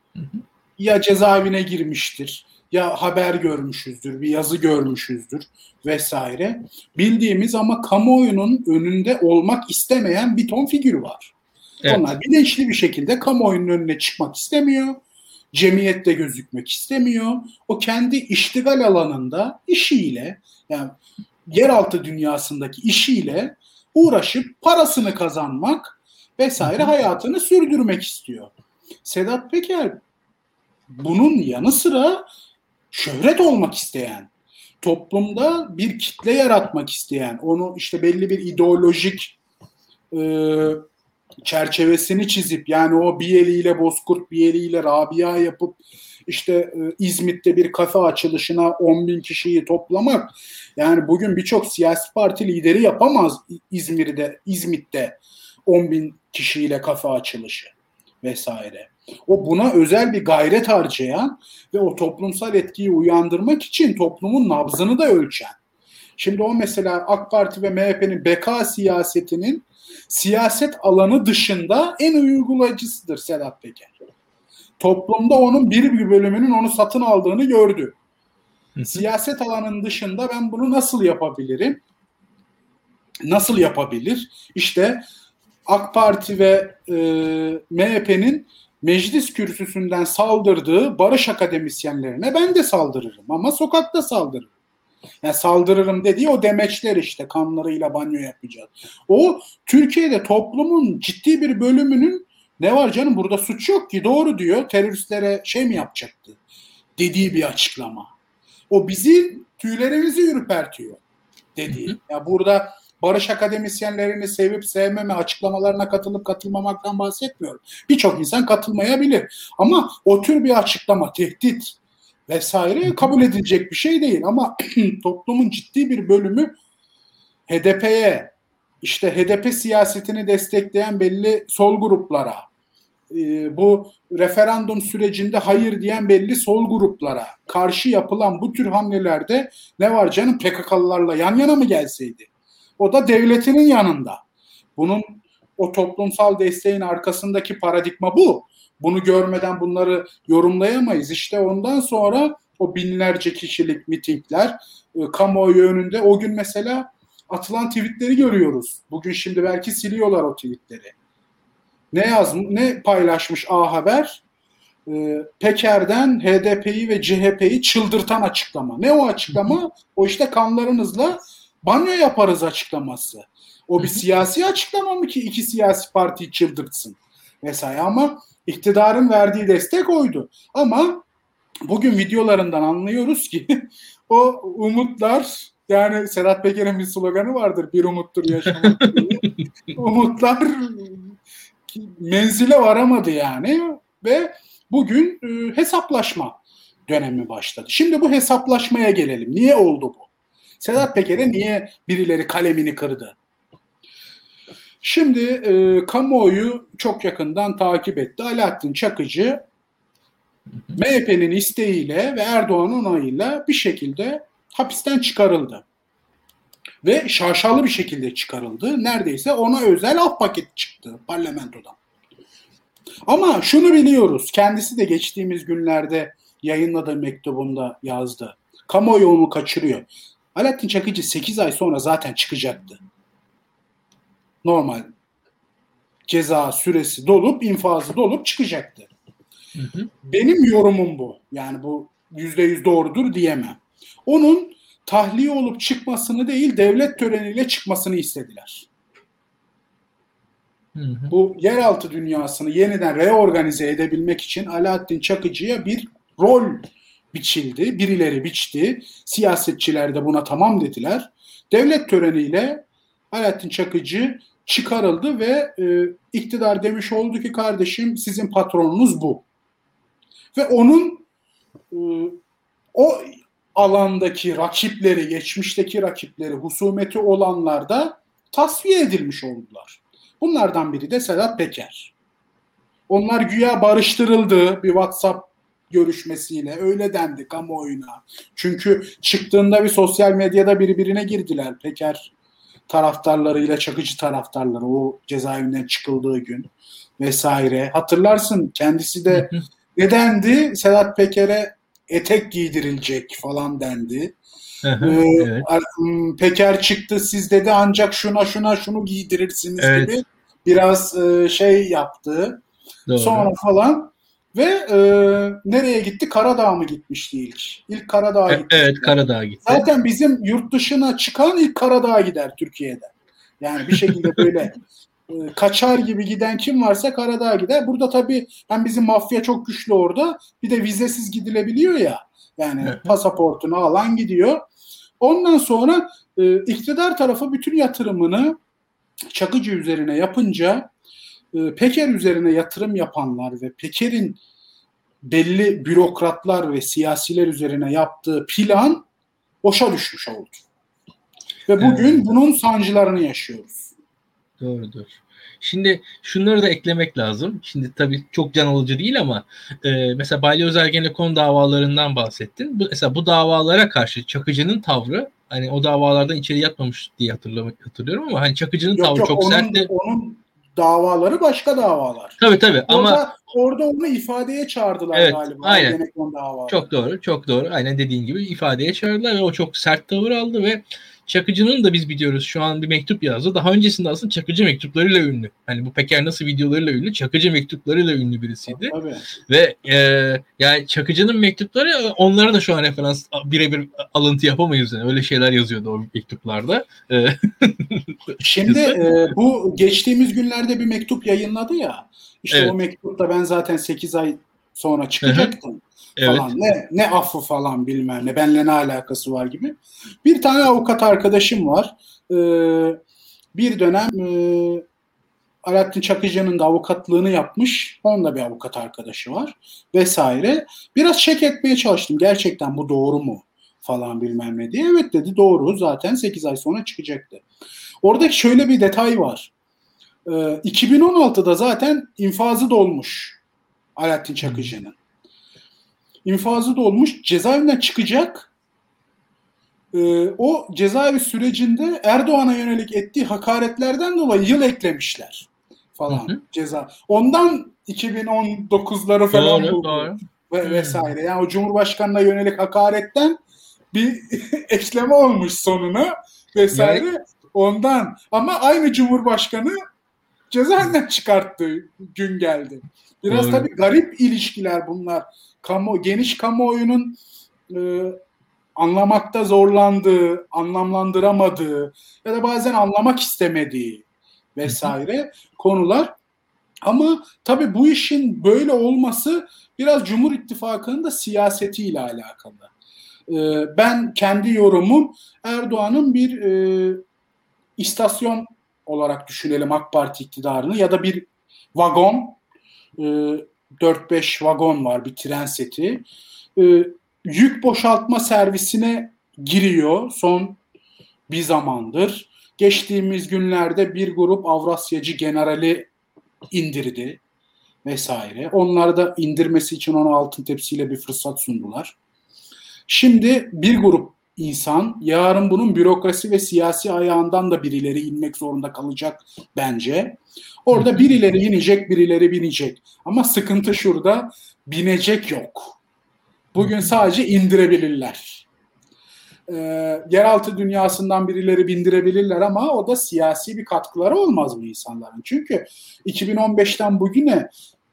ya cezaevine girmiştir, ya haber görmüşüzdür, bir yazı görmüşüzdür vesaire. Bildiğimiz ama kamuoyunun önünde olmak istemeyen bir ton figür var. Evet. Onlar bilinçli bir şekilde kamuoyunun önüne çıkmak istemiyor. Cemiyette gözükmek istemiyor. O kendi iştigal alanında işiyle, yani yeraltı dünyasındaki işiyle uğraşıp parasını kazanmak vesaire, hayatını sürdürmek istiyor. Sedat Peker bunun yanı sıra şöhret olmak isteyen, toplumda bir kitle yaratmak isteyen, onu işte belli bir ideolojik çerçevesini çizip, yani o bir eliyle Bozkurt bir eliyle Rabia yapıp işte İzmit'te bir kafe açılışına 10 bin kişiyi toplamak, yani bugün birçok siyasi parti lideri yapamaz İzmit'te 10 bin kişiyle kafe açılışı vesaire. O buna özel bir gayret harcayan ve o toplumsal etkiyi uyandırmak için toplumun nabzını da ölçen. Şimdi o mesela AK Parti ve MHP'nin beka siyasetinin siyaset alanı dışında en uygulayıcısıdır Sedat Peker. Toplumda onun bir bölümünün onu satın aldığını gördü. Siyaset alanının dışında ben bunu nasıl yapabilirim? Nasıl yapabilir? İşte AK Parti ve MHP'nin meclis kürsüsünden saldırdığı barış akademisyenlerine ben de saldırırım ama sokakta saldırırım. Yani saldırırım dediği o demeçler, işte kanlarıyla banyo yapacağız. O Türkiye'de toplumun ciddi bir bölümünün ne var canım burada suç yok ki, doğru diyor, teröristlere şey mi yapacaktı dediği bir açıklama. O bizi tüylerimizi ürpertiyor dediği. Ya burada barış akademisyenlerini sevip sevmeme, açıklamalarına katılıp katılmamaktan bahsetmiyorum. Birçok insan katılmayabilir ama o tür bir açıklama, tehdit vesaire kabul edilecek bir şey değil. Ama toplumun ciddi bir bölümü HDP'ye, işte HDP siyasetini destekleyen belli sol gruplara, bu referandum sürecinde hayır diyen belli sol gruplara karşı yapılan bu tür hamlelerde ne var canım, PKK'lılarla yan yana mı gelseydi? O da devletinin yanında. Bunun, o toplumsal desteğin arkasındaki paradigma bu. Bunu görmeden bunları yorumlayamayız. İşte ondan sonra o binlerce kişilik mitingler, kamuoyu önünde, o gün mesela atılan tweetleri görüyoruz. Bugün şimdi belki siliyorlar o tweetleri. Ne paylaşmış A Haber? Peker'den HDP'yi ve CHP'yi çıldırtan açıklama. Ne o açıklama? O işte kanlarınızla banyo yaparız açıklaması. O bir siyasi açıklama mı ki iki siyasi partiyi çıldırtsın vesaire, ama iktidarın verdiği destek oydu. Ama bugün videolarından anlıyoruz ki o umutlar, yani Sedat Peker'in bir sloganı vardır, bir umuttur yaşamak diye. Umutlar menzile varamadı yani ve bugün hesaplaşma dönemi başladı. Şimdi bu hesaplaşmaya gelelim. Niye oldu bu? Sedat Peker'e niye birileri kalemini kırdı? Şimdi kamuoyu çok yakından takip etti. Alaaddin Çakıcı MHP'nin isteğiyle ve Erdoğan'ın onayıyla bir şekilde hapisten çıkarıldı. Ve şaşalı bir şekilde çıkarıldı. Neredeyse ona özel af paketi çıktı parlamentodan. Ama şunu biliyoruz, kendisi de geçtiğimiz günlerde yayınladığı mektubunda yazdı. Kamuoyu onu kaçırıyor. Alaaddin Çakıcı 8 ay sonra zaten çıkacaktı. Normal ceza süresi dolup, infazı dolup çıkacaktı. Benim yorumum bu. Yani bu %100 doğrudur diyemem. Onun tahliye olup çıkmasını değil, devlet töreniyle çıkmasını istediler. Bu yeraltı dünyasını yeniden reorganize edebilmek için Alaaddin Çakıcı'ya bir rol biçildi. Birileri biçti. Siyasetçiler de buna tamam dediler. Devlet töreniyle Alaaddin Çakıcı çıkarıldı ve iktidar demiş oldu ki kardeşim sizin patronunuz bu. Ve onun o alandaki rakipleri, geçmişteki rakipleri, husumeti olanlar da tasfiye edilmiş oldular. Bunlardan biri de Sedat Peker. Onlar güya barıştırıldı bir WhatsApp görüşmesiyle, öyle dendi kamuoyuna. Çünkü çıktığında bir sosyal medyada birbirine girdiler. Peker taraftarlarıyla Çakıcı taraftarları, o cezaevinden çıkıldığı gün vesaire. Hatırlarsın, kendisi de ne dendi? Sedat Peker'e etek giydirilecek falan dendi. Evet. Peker çıktı, siz dedi ancak şunu giydirirsiniz gibi biraz şey yaptı. Doğru. Sonra falan ve nereye gitti? Karadağ mı gitmişti ilk? İlk Karadağ'a gitti. Evet, Karadağ'a gitti. Zaten bizim yurt dışına çıkan ilk Karadağ'a gider Türkiye'de. Yani bir şekilde böyle kaçar gibi giden kim varsa Karadağ'a gider. Burada tabii hem bizim mafya çok güçlü orada, bir de vizesiz gidilebiliyor ya. Yani pasaportunu alan gidiyor. Ondan sonra iktidar tarafı bütün yatırımını Çakıcı üzerine yapınca Peker üzerine yatırım yapanlar ve Peker'in belli bürokratlar ve siyasiler üzerine yaptığı plan boşa düşmüş oldu. Ve bugün bunun sancılarını yaşıyoruz. Doğrudur. Şimdi şunları da eklemek lazım. Şimdi tabii çok can alıcı değil ama mesela Balyoz Ergenekon davalarından bahsettin. Mesela bu davalara karşı Çakıcı'nın tavrı, hani o davalardan içeri yatmamış diye hatırlıyorum ama hani Çakıcı'nın tavrı çok sertti. Onun davaları başka davalar. Tabii ama orada onu ifadeye çağırdılar galiba. Aynen. Ergenekon davaları. Çok doğru. Aynen dediğin gibi ifadeye çağırdılar ve o çok sert tavır aldı ve Çakıcı'nın da biz biliyoruz şu an bir mektup yazdı. Daha öncesinde aslında Çakıcı mektuplarıyla ünlü. Hani bu Peker nasıl videolarıyla ünlü, Çakıcı mektuplarıyla ünlü birisiydi. Tabii. Ve yani Çakıcı'nın mektupları, onlara da şu an referans birebir alıntı yapamayız. Yani öyle şeyler yazıyordu o mektuplarda. Şimdi bu geçtiğimiz günlerde bir mektup yayınladı ya. İşte o mektupta ben zaten 8 ay sonra çıkacaktım. Falan. Ne affı falan bilmem ne. Benimle ne alakası var gibi. Bir tane avukat arkadaşım var. Bir dönem Alaaddin Çakıcı'nın da avukatlığını yapmış. Onun da bir avukat arkadaşı var. Vesaire. Biraz check etmeye çalıştım. Gerçekten bu doğru mu? Falan bilmem ne diye. Evet dedi, doğru. Zaten 8 ay sonra çıkacaktı. Oradaki şöyle bir detay var. 2016'da zaten infazı dolmuş Alaaddin Çakıcı'nın. İnfazı dolmuş, cezaevinden çıkacak. O cezaevi sürecinde Erdoğan'a yönelik ettiği hakaretlerden dolayı yıl eklemişler falan ceza. Ondan 2019'ları falan buldu vesaire. Yani o Cumhurbaşkanı'na yönelik hakaretten bir ekleme olmuş sonuna vesaire. Yani, ondan. Ama aynı Cumhurbaşkanı cezaevinden çıkarttığı gün geldi. Biraz tabii garip ilişkiler bunlar. Geniş kamuoyunun anlamakta zorlandığı, anlamlandıramadığı ya da bazen anlamak istemediği vesaire konular. Ama tabii bu işin böyle olması biraz Cumhur İttifakı'nın da siyasetiyle alakalı. Ben kendi yorumum, Erdoğan'ın bir istasyon olarak düşünelim AK Parti iktidarını ya da bir vagon, 4-5 vagon var, bir tren seti. Yük boşaltma servisine giriyor son bir zamandır. Geçtiğimiz günlerde bir grup Avrasyacı generali indirdi vesaire. Onlar da indirmesi için ona altın tepsiyle bir fırsat sundular. Şimdi bir grup insan, yarın bunun bürokrasi ve siyasi ayağından da birileri inmek zorunda kalacak bence. Orada birileri inecek, birileri binecek. Ama sıkıntı şurada, binecek yok. Bugün sadece indirebilirler. Yeraltı dünyasından birileri bindirebilirler ama o da siyasi bir katkıları olmaz bu insanların. Çünkü 2015'ten bugüne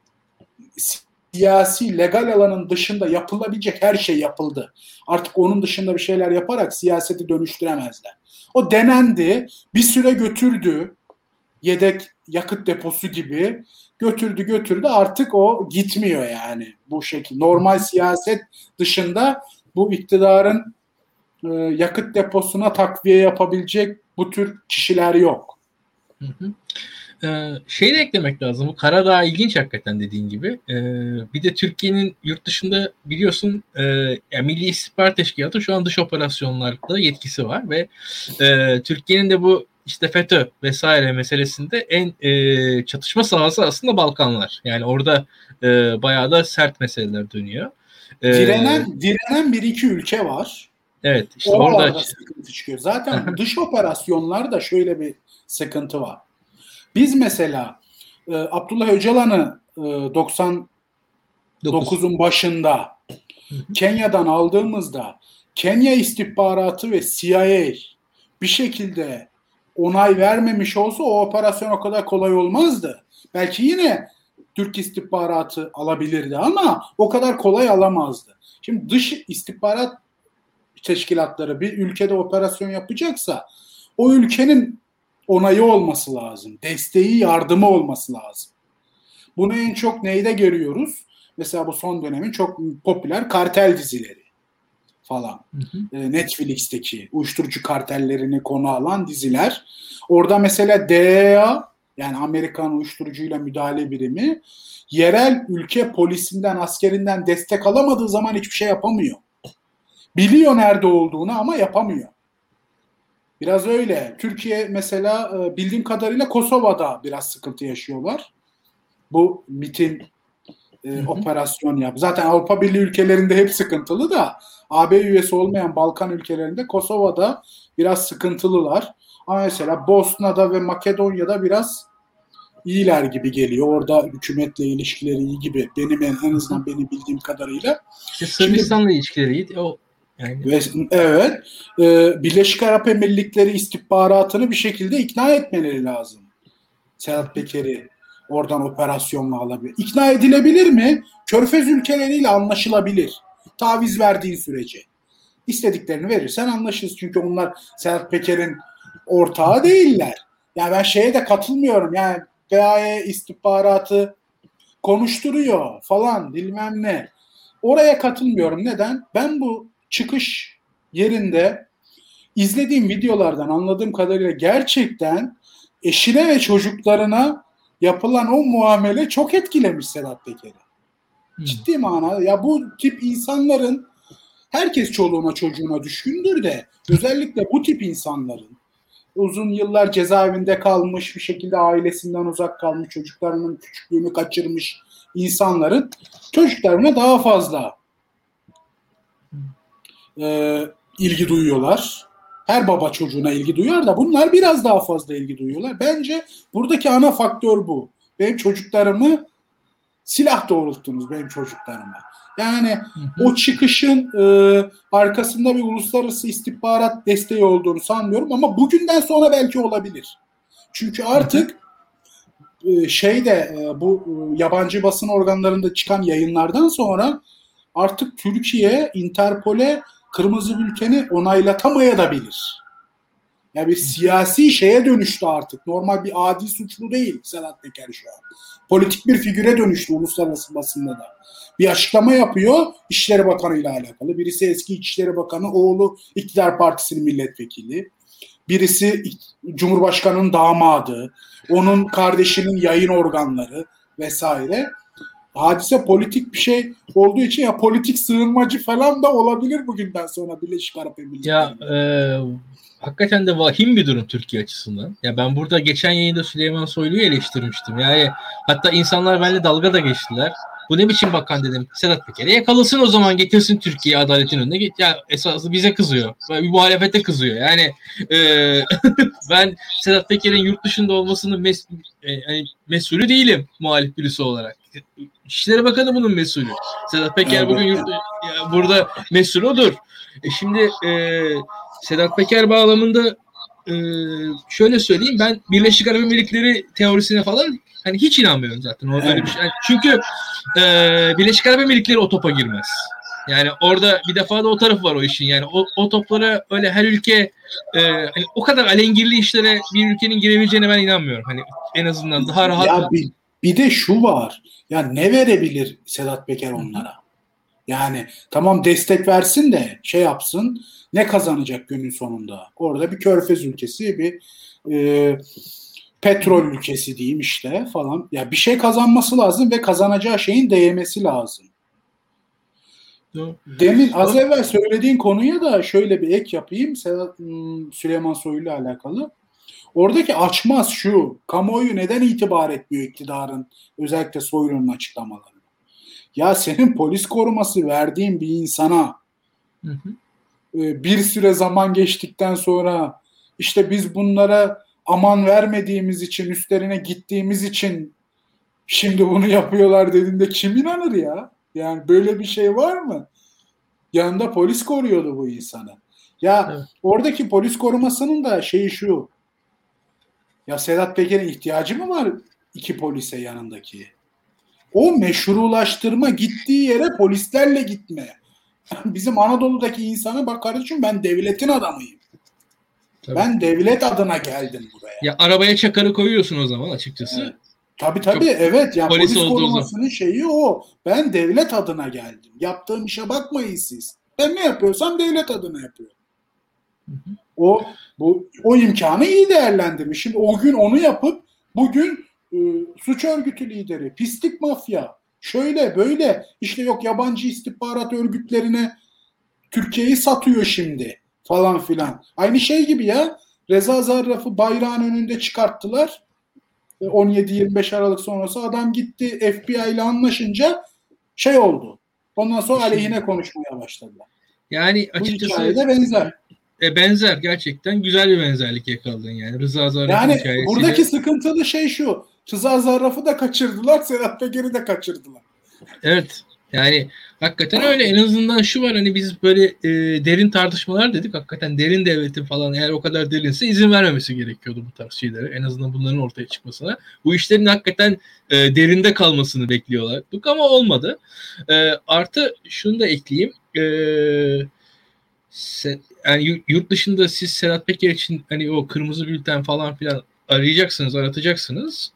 siyasi, legal alanın dışında yapılabilecek her şey yapıldı. Artık onun dışında bir şeyler yaparak siyaseti dönüştüremezler. O denendi, bir süre götürdü, yedek yakıt deposu gibi götürdü, artık o gitmiyor yani bu şekilde. Normal siyaset dışında bu iktidarın yakıt deposuna takviye yapabilecek bu tür kişiler yok. Şey de eklemek lazım. Bu Karadağ ilginç hakikaten dediğin gibi. Bir de Türkiye'nin yurt dışında biliyorsun yani Milli İstihbarat Teşkilatı şu an dış operasyonlarda yetkisi var ve Türkiye'nin de bu işte FETÖ vesaire meselesinde en çatışma sahası aslında Balkanlar. Yani orada bayağı da sert meseleler dönüyor. Direnen bir iki ülke var. Evet. İşte orada sıkıntı çıkıyor. Zaten dış operasyonlarda şöyle bir sıkıntı var. Biz mesela Abdullah Öcalan'ı 99'un başında Kenya'dan aldığımızda Kenya istihbaratı ve CIA bir şekilde onay vermemiş olsa o operasyon o kadar kolay olmazdı. Belki yine Türk istihbaratı alabilirdi ama o kadar kolay alamazdı. Şimdi dış istihbarat teşkilatları bir ülkede operasyon yapacaksa o ülkenin onayı olması lazım. Desteği, yardımı olması lazım. Bunu en çok neyde görüyoruz? Mesela bu son dönemin çok popüler kartel dizileri falan. Netflix'teki uyuşturucu kartellerini konu alan diziler. Orada mesela DEA yani Amerikan uyuşturucuyla müdahale birimi yerel ülke polisinden, askerinden destek alamadığı zaman hiçbir şey yapamıyor. Biliyor nerede olduğunu ama yapamıyor. Biraz öyle. Türkiye mesela bildiğim kadarıyla Kosova'da biraz sıkıntı yaşıyorlar. Bu MİT'in operasyon yap. Zaten Avrupa Birliği ülkelerinde hep sıkıntılı da AB üyesi olmayan Balkan ülkelerinde Kosova'da biraz sıkıntılılar. Ama mesela Bosna'da ve Makedonya'da biraz iyiler gibi geliyor. Orada hükümetle ilişkileri iyi gibi. En azından benim bildiğim kadarıyla. İşte Sırbistan'la ilişkileri iyi. O yani. Evet. Birleşik Arap Emirlikleri istihbaratını bir şekilde ikna etmeleri lazım. Sedat Peker'i oradan operasyonla alabilir. İkna edilebilir mi? Körfez ülkeleriyle anlaşılabilir. Taviz verdiğin sürece. İstediklerini verirsen anlaşırız. Çünkü onlar Sedat Peker'in ortağı değiller. Yani ben şeye de katılmıyorum. Yani PAE istihbaratı konuşturuyor falan bilmem ne. Oraya katılmıyorum. Neden? Ben bu çıkış yerinde izlediğim videolardan anladığım kadarıyla gerçekten eşine ve çocuklarına yapılan o muamele çok etkilemiş Sedat Peker'i. Ciddi manada. Ya bu tip insanların herkes çoluğuna çocuğuna düşkündür de özellikle bu tip insanların uzun yıllar cezaevinde kalmış, bir şekilde ailesinden uzak kalmış, çocuklarının küçüklüğünü kaçırmış insanların çocuklarına daha fazla ilgi duyuyorlar. Her baba çocuğuna ilgi duyuyor da bunlar biraz daha fazla ilgi duyuyorlar. Bence buradaki ana faktör bu. Benim çocuklarımı silah doğrulttunuz benim çocuklarıma. Yani o çıkışın arkasında bir uluslararası istihbarat desteği olduğunu sanmıyorum ama bugünden sonra belki olabilir. Çünkü artık bu yabancı basın organlarında çıkan yayınlardan sonra artık Türkiye Interpol'e kırmızı bülteni onaylatamayabilir. Yani bir siyasi şeye dönüştü artık. Normal bir adi suçlu değil Sedat Peker şu an. Politik bir figüre dönüştü uluslararası basında da. Bir açıklama yapıyor İçişleri Bakanı ile alakalı. Birisi eski İçişleri Bakanı, oğlu İktidar Partisi'nin milletvekili. Birisi Cumhurbaşkanı'nın damadı. Onun kardeşinin yayın organları vesaire. Hadise politik bir şey olduğu için ya politik sığınmacı falan da olabilir bugünden sonra Birleşik Arap Emirlikleri. Ya hakikaten de vahim bir durum Türkiye açısından. Ya ben burada geçen yayında Süleyman Soylu'yu eleştirmiştim. Yani hatta insanlar benimle dalga da geçtiler. Bu ne biçim bakan dedim. Sedat Peker'e yakalasın o zaman getirsin Türkiye adaletin önüne. Ya esaslı bize kızıyor. Bir muhalefete kızıyor. Yani ben Sedat Peker'in yurt dışında olmasının mesulü değilim muhalif birisi olarak. İçişleri Bakanı bunun mesulü. Sedat Peker bugün burada mesul odur. Şimdi Sedat Peker bağlamında şöyle söyleyeyim, ben Birleşik Arap Emirlikleri teorisine falan hani hiç inanmıyorum zaten. Orada öyle bir şey. Yani çünkü Birleşik Arap Emirlikleri o topa girmez. Yani orada bir defa da o tarafı var o işin. Yani o toplara öyle her ülke hani o kadar alengirli işlere bir ülkenin girebileceğine ben inanmıyorum. Hani en azından daha rahat. Ya bir de şu var. Ya ne verebilir Sedat Peker onlara? Yani tamam destek versin de şey yapsın. Ne kazanacak günün sonunda? Orada bir körfez ülkesi, bir petrol ülkesi diyeyim işte falan. Ya bir şey kazanması lazım ve kazanacağı şeyin değmesi lazım. Demin az evvel söylediğin konuya da şöyle bir ek yapayım. Süleyman Soylu ile alakalı. Oradaki açmaz şu. Kamuoyu neden itibar etmiyor iktidarın özellikle Soylu'nun açıklamalarına? Ya senin polis koruması verdiğin bir insana bir süre zaman geçtikten sonra işte biz bunlara aman vermediğimiz için, üstlerine gittiğimiz için şimdi bunu yapıyorlar dediğinde kim inanır ya? Yani böyle bir şey var mı? Yanında polis koruyordu bu insanı. Ya evet. Oradaki polis korumasının da şeyi şu. Ya Sedat Peker'in ihtiyacı mı var iki polise yanındaki? O meşrulaştırma, gittiği yere polislerle gitme. Bizim Anadolu'daki insana bak kardeşim, ben devletin adamıyım. Tabii. Ben devlet adına geldim buraya. Ya arabaya çakarı koyuyorsun o zaman açıkçası. Evet. Tabii evet. Ya polis korumasının şeyi o. Ben devlet adına geldim. Yaptığım işe bakmayın siz. Ben ne yapıyorsam devlet adına yapıyorum. O imkanı iyi değerlendirmiş. Şimdi o gün onu yapıp Bugün suç örgütü lideri, pislik mafya, şöyle böyle, işte yok yabancı istihbarat örgütlerine Türkiye'yi satıyor şimdi falan filan. Aynı şey gibi ya. Reza Zarrab'ı bayrağın önünde çıkarttılar. 17-25 Aralık sonrası adam gitti FBI ile anlaşınca şey oldu. Ondan sonra aleyhine konuşmaya başladılar. Yani Bu açıkçası hikayede benzer. Benzer, gerçekten güzel bir benzerlik yakaladın yani. Rıza Zarrab'ın Yani hikayesiyle. buradaki sıkıntılı şey şu. Rıza Zarrab'ı da kaçırdılar, Sedat Peker'i de kaçırdılar. Evet. Yani hakikaten öyle. En azından şu var, hani biz böyle derin tartışmalar dedik. Hakikaten derin devletin falan eğer o kadar derinse izin vermemesi gerekiyordu bu tarz şeylere. En azından bunların ortaya çıkmasına. Bu işlerin hakikaten derinde kalmasını bekliyorduk ama olmadı. Artı şunu da ekleyeyim. Yani yurt dışında siz Sedat Peker için hani o kırmızı bülten falan filan arayacaksınız, aratacaksınız.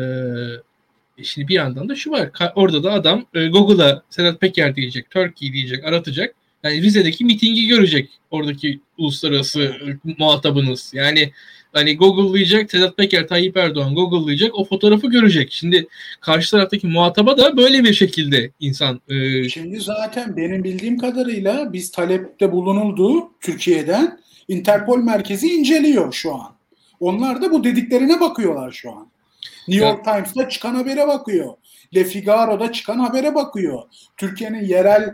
Şimdi bir yandan da şu var. Orada da adam Google'a Sedat Peker diyecek, Turkey diyecek, aratacak. Yani Rize'deki mitingi görecek oradaki uluslararası muhatabınız. Yani hani Google'layacak, Sedat Peker, Tayyip Erdoğan Google'layacak, o fotoğrafı görecek. Şimdi karşı taraftaki muhataba da böyle bir şekilde insan. Şimdi zaten benim bildiğim kadarıyla biz talepte bulunuldu Türkiye'den. Interpol merkezi inceliyor şu an. Onlar da bu dediklerine bakıyorlar şu an. New York Times'ta çıkan habere bakıyor. Le Figaro'da çıkan habere bakıyor. Türkiye'nin yerel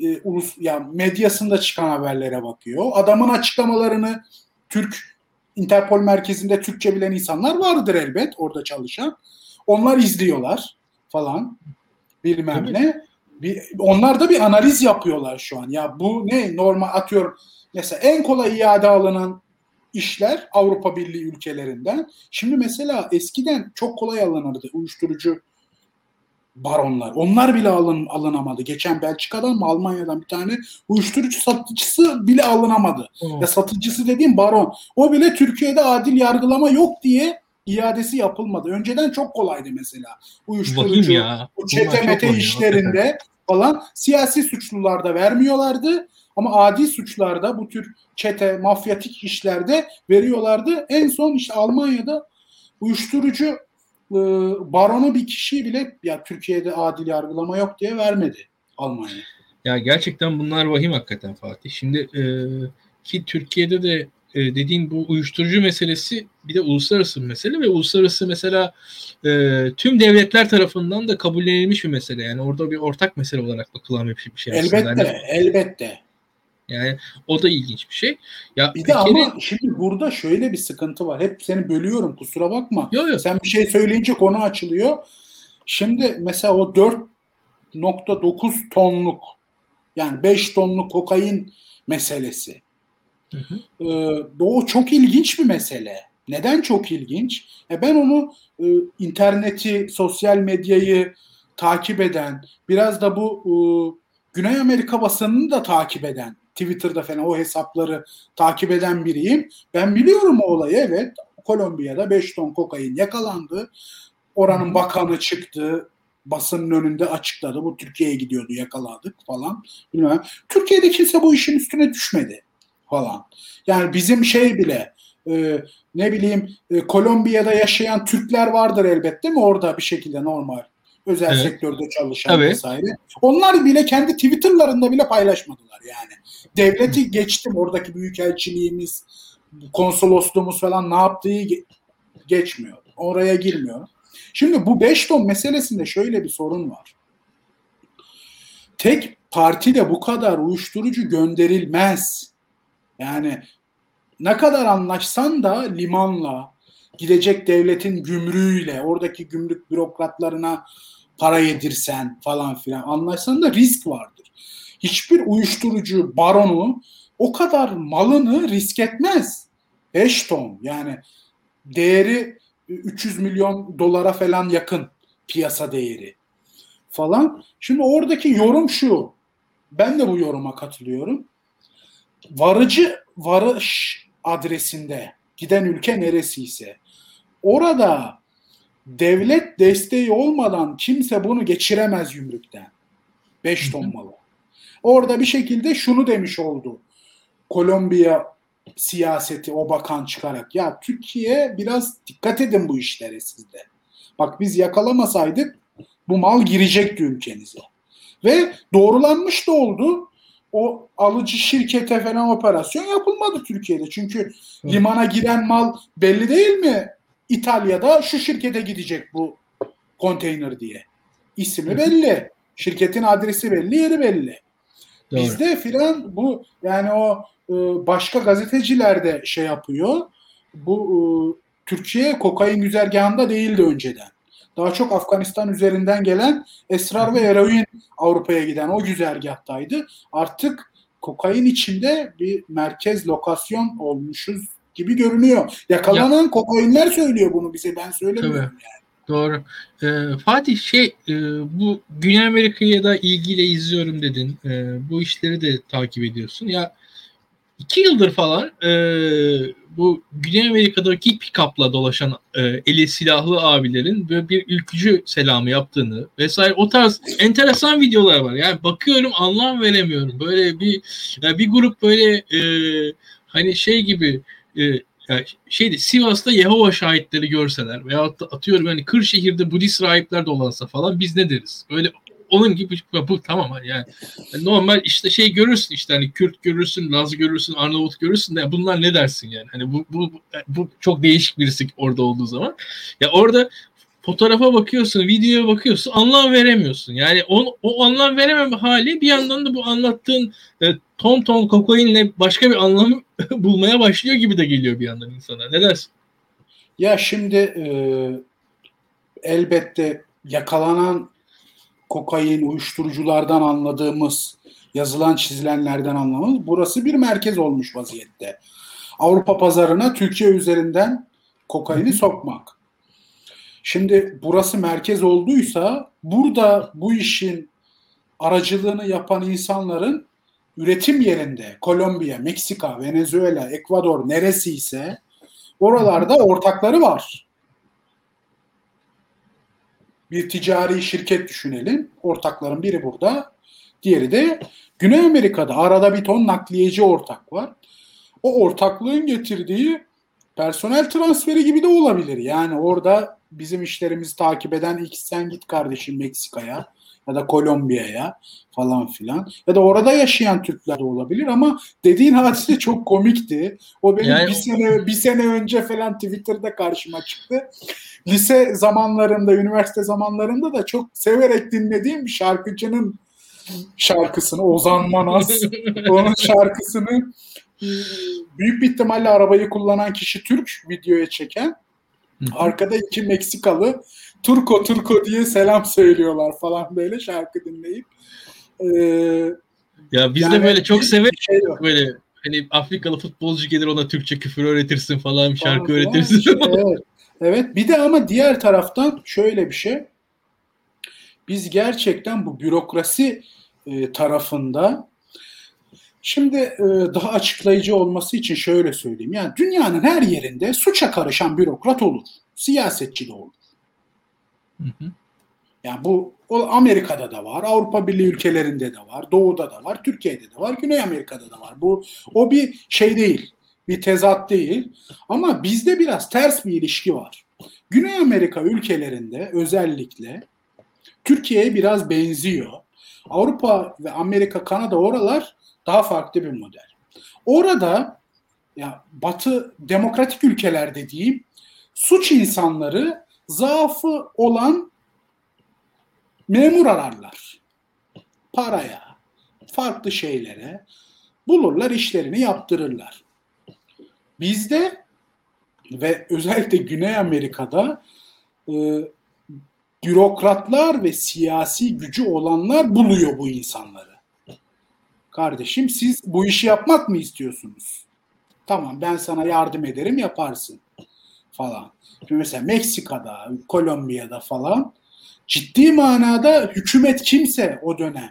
medyasında çıkan haberlere bakıyor. Adamın açıklamalarını Interpol merkezinde Türkçe bilen insanlar vardır elbet orada çalışan. Onlar izliyorlar falan bilmem Tabii. ne. Onlar da bir analiz yapıyorlar şu an. Ya bu ne normal atıyorum. Mesela en kolay iade alınan işler Avrupa Birliği ülkelerinden. Şimdi mesela eskiden çok kolay alınırdı uyuşturucu baronlar. Onlar bile alınamadı. Geçen Belçika'dan mı Almanya'dan bir tane uyuşturucu satıcısı bile alınamadı. Ya satıcısı dediğim baron. O bile Türkiye'de adil yargılama yok diye iadesi yapılmadı. Önceden çok kolaydı mesela. Uyuşturucu, çete işlerinde falan siyasi suçlularda vermiyorlardı. Ama adi suçlarda bu tür çete, mafyatik işlerde veriyorlardı. En son işte Almanya'da uyuşturucu baronu bir kişiyi bile ya Türkiye'de adil yargılama yok diye vermedi Almanya. Ya gerçekten bunlar vahim hakikaten Fatih. Şimdi ki Türkiye'de de dediğin bu uyuşturucu meselesi bir de uluslararası bir mesele ve uluslararası mesela tüm devletler tarafından da kabullenilmiş bir mesele. Yani orada bir ortak mesele olarak bakılan bir şey aslında. Elbette, yani, elbette. Yani o da ilginç bir şey. Ya bir de ama şimdi burada şöyle bir sıkıntı var. Hep seni bölüyorum kusura bakma. Yo. Sen bir şey söyleyince konu açılıyor. Şimdi mesela o 4,9 tonluk yani 5 tonluk kokain meselesi. O çok ilginç bir mesele. Neden çok ilginç? Ben onu interneti, sosyal medyayı takip eden, biraz da bu Güney Amerika basınını da takip eden, Twitter'da falan o hesapları takip eden biriyim. Ben biliyorum o olayı, evet. Kolombiya'da 5 ton kokain yakalandı. Oranın bakanı çıktı, basının önünde açıkladı. Bu Türkiye'ye gidiyordu, yakaladık falan. Bilmem. Türkiye'de kimse bu işin üstüne düşmedi falan. Yani bizim şey bile ne bileyim Kolombiya'da yaşayan Türkler vardır elbette mi orada bir şekilde normal özel sektörde çalışan vesaire. Onlar bile kendi Twitter'larında bile paylaşmadılar yani. Devleti geçtim oradaki büyükelçiliğimiz, konsolosluğumuz falan ne yaptığı geçmiyor. Oraya girmiyor. Şimdi bu 5 ton meselesinde şöyle bir sorun var. Tek partide bu kadar uyuşturucu gönderilmez. Yani ne kadar anlaşsan da limanla, gidecek devletin gümrüğüyle, oradaki gümrük bürokratlarına para yedirsen falan filan anlaşsan da risk vardır. Hiçbir uyuşturucu baronu o kadar malını risk etmez. 5 ton yani değeri 300 milyon dolara falan yakın piyasa değeri falan. Şimdi oradaki yorum şu. Ben de bu yoruma katılıyorum. Varış adresinde giden ülke neresiyse orada devlet desteği olmadan kimse bunu geçiremez gümrükten. 5 ton malı. Orada bir şekilde şunu demiş oldu. Kolombiya siyaseti o bakan çıkarak. Ya Türkiye biraz dikkat edin bu işlere sizde. Bak biz yakalamasaydık bu mal girecekti ülkenize. Ve doğrulanmış da oldu. O alıcı şirkete falan operasyon yapılmadı Türkiye'de. Çünkü limana giren mal belli değil mi? İtalya'da şu şirkete gidecek bu konteyner diye. İsmi belli. Şirketin adresi belli, yeri belli. Doğru. Bizde filan bu yani o başka gazeteciler de şey yapıyor. Bu Türkiye kokain güzergahında değildi önceden. Daha çok Afganistan üzerinden gelen esrar ve eroin Avrupa'ya giden o güzergahtaydı. Artık kokain içinde bir merkez lokasyon olmuşuz gibi görünüyor. Yakalanan kokainler söylüyor bunu bize, ben söylemiyorum yani. Doğru. Fatih bu Güney Amerika'ya da ilgiyle izliyorum dedin. Bu işleri de takip ediyorsun. Ya 2 yıldır falan bu Güney Amerika'daki pick-up'la dolaşan eli silahlı abilerin böyle bir ülkücü selamı yaptığını vesaire o tarz enteresan videolar var. Yani bakıyorum anlam veremiyorum. Böyle bir grup böyle hani şey gibi yani Sivas'ta Yehova şahitleri görseler veya atıyorum hani Kırşehir'de Budist rahipler dolansa falan biz ne deriz? Böyle onun gibi bu tamam yani normal işte görürsün işte hani Kürt görürsün, Laz görürsün, Arnavut görürsün de bunlar ne dersin yani? Hani bu çok değişik birisi orada olduğu zaman. Ya orada fotoğrafa bakıyorsun, videoya bakıyorsun, anlam veremiyorsun. Yani o anlam verememe hali bir yandan da bu anlattığın ton kokainle başka bir anlam bulmaya başlıyor gibi de geliyor bir yandan insana. Ne dersin? Ya şimdi elbette yakalanan kokain, uyuşturuculardan anladığımız, yazılan çizilenlerden anlamamız burası bir merkez olmuş vaziyette. Avrupa pazarına Türkiye üzerinden kokaini sokmak. Şimdi burası merkez olduysa burada bu işin aracılığını yapan insanların üretim yerinde Kolombiya, Meksika, Venezuela, Ekvador neresiyse oralarda ortakları var. Bir ticari şirket düşünelim. Ortakların biri burada, diğeri de Güney Amerika'da. Arada bir ton nakliyeci ortak var. O ortaklığın getirdiği personel transferi gibi de olabilir. Yani orada bizim işlerimizi takip eden ilk sen git kardeşim Meksika'ya ya da Kolombiya'ya falan filan. Ya da orada yaşayan Türkler de olabilir ama dediğin hadise çok komikti. O benim bir sene önce falan Twitter'da karşıma çıktı. Lise zamanlarında, üniversite zamanlarında da çok severek dinlediğim bir şarkıcının şarkısını, Ozan Manaz, onun şarkısını büyük bir ihtimalle arabayı kullanan kişi Türk, videoya çeken. Arkada 2 Meksikalı Turco diye selam söylüyorlar falan böyle şarkı dinleyip. Ya biz de böyle çok severiz böyle hani Afrikalı futbolcu gelir ona Türkçe küfür öğretirsin falan şarkı öğretirsin. Evet. Bir de ama diğer taraftan şöyle bir şey. Biz gerçekten bu bürokrasi tarafında şimdi daha açıklayıcı olması için şöyle söyleyeyim. Yani dünyanın her yerinde suça karışan bürokrat olur. Siyasetçi de olur. Yani bu Amerika'da da var, Avrupa Birliği ülkelerinde de var, Doğu'da da var, Türkiye'de de var, Güney Amerika'da da var. O bir şey değil, bir tezat değil. Ama bizde biraz ters bir ilişki var. Güney Amerika ülkelerinde özellikle Türkiye'ye biraz benziyor. Avrupa ve Amerika, Kanada oralar daha farklı bir model. Orada ya Batı demokratik ülkeler dediğim suç insanları zaafı olan memur ararlar. Paraya, farklı şeylere bulurlar, işlerini yaptırırlar. Bizde ve özellikle Güney Amerika'da bürokratlar ve siyasi gücü olanlar buluyor bu insanları. Kardeşim siz bu işi yapmak mı istiyorsunuz? Tamam ben sana yardım ederim yaparsın falan. Şimdi mesela Meksika'da, Kolombiya'da falan ciddi manada hükümet kimse o dönem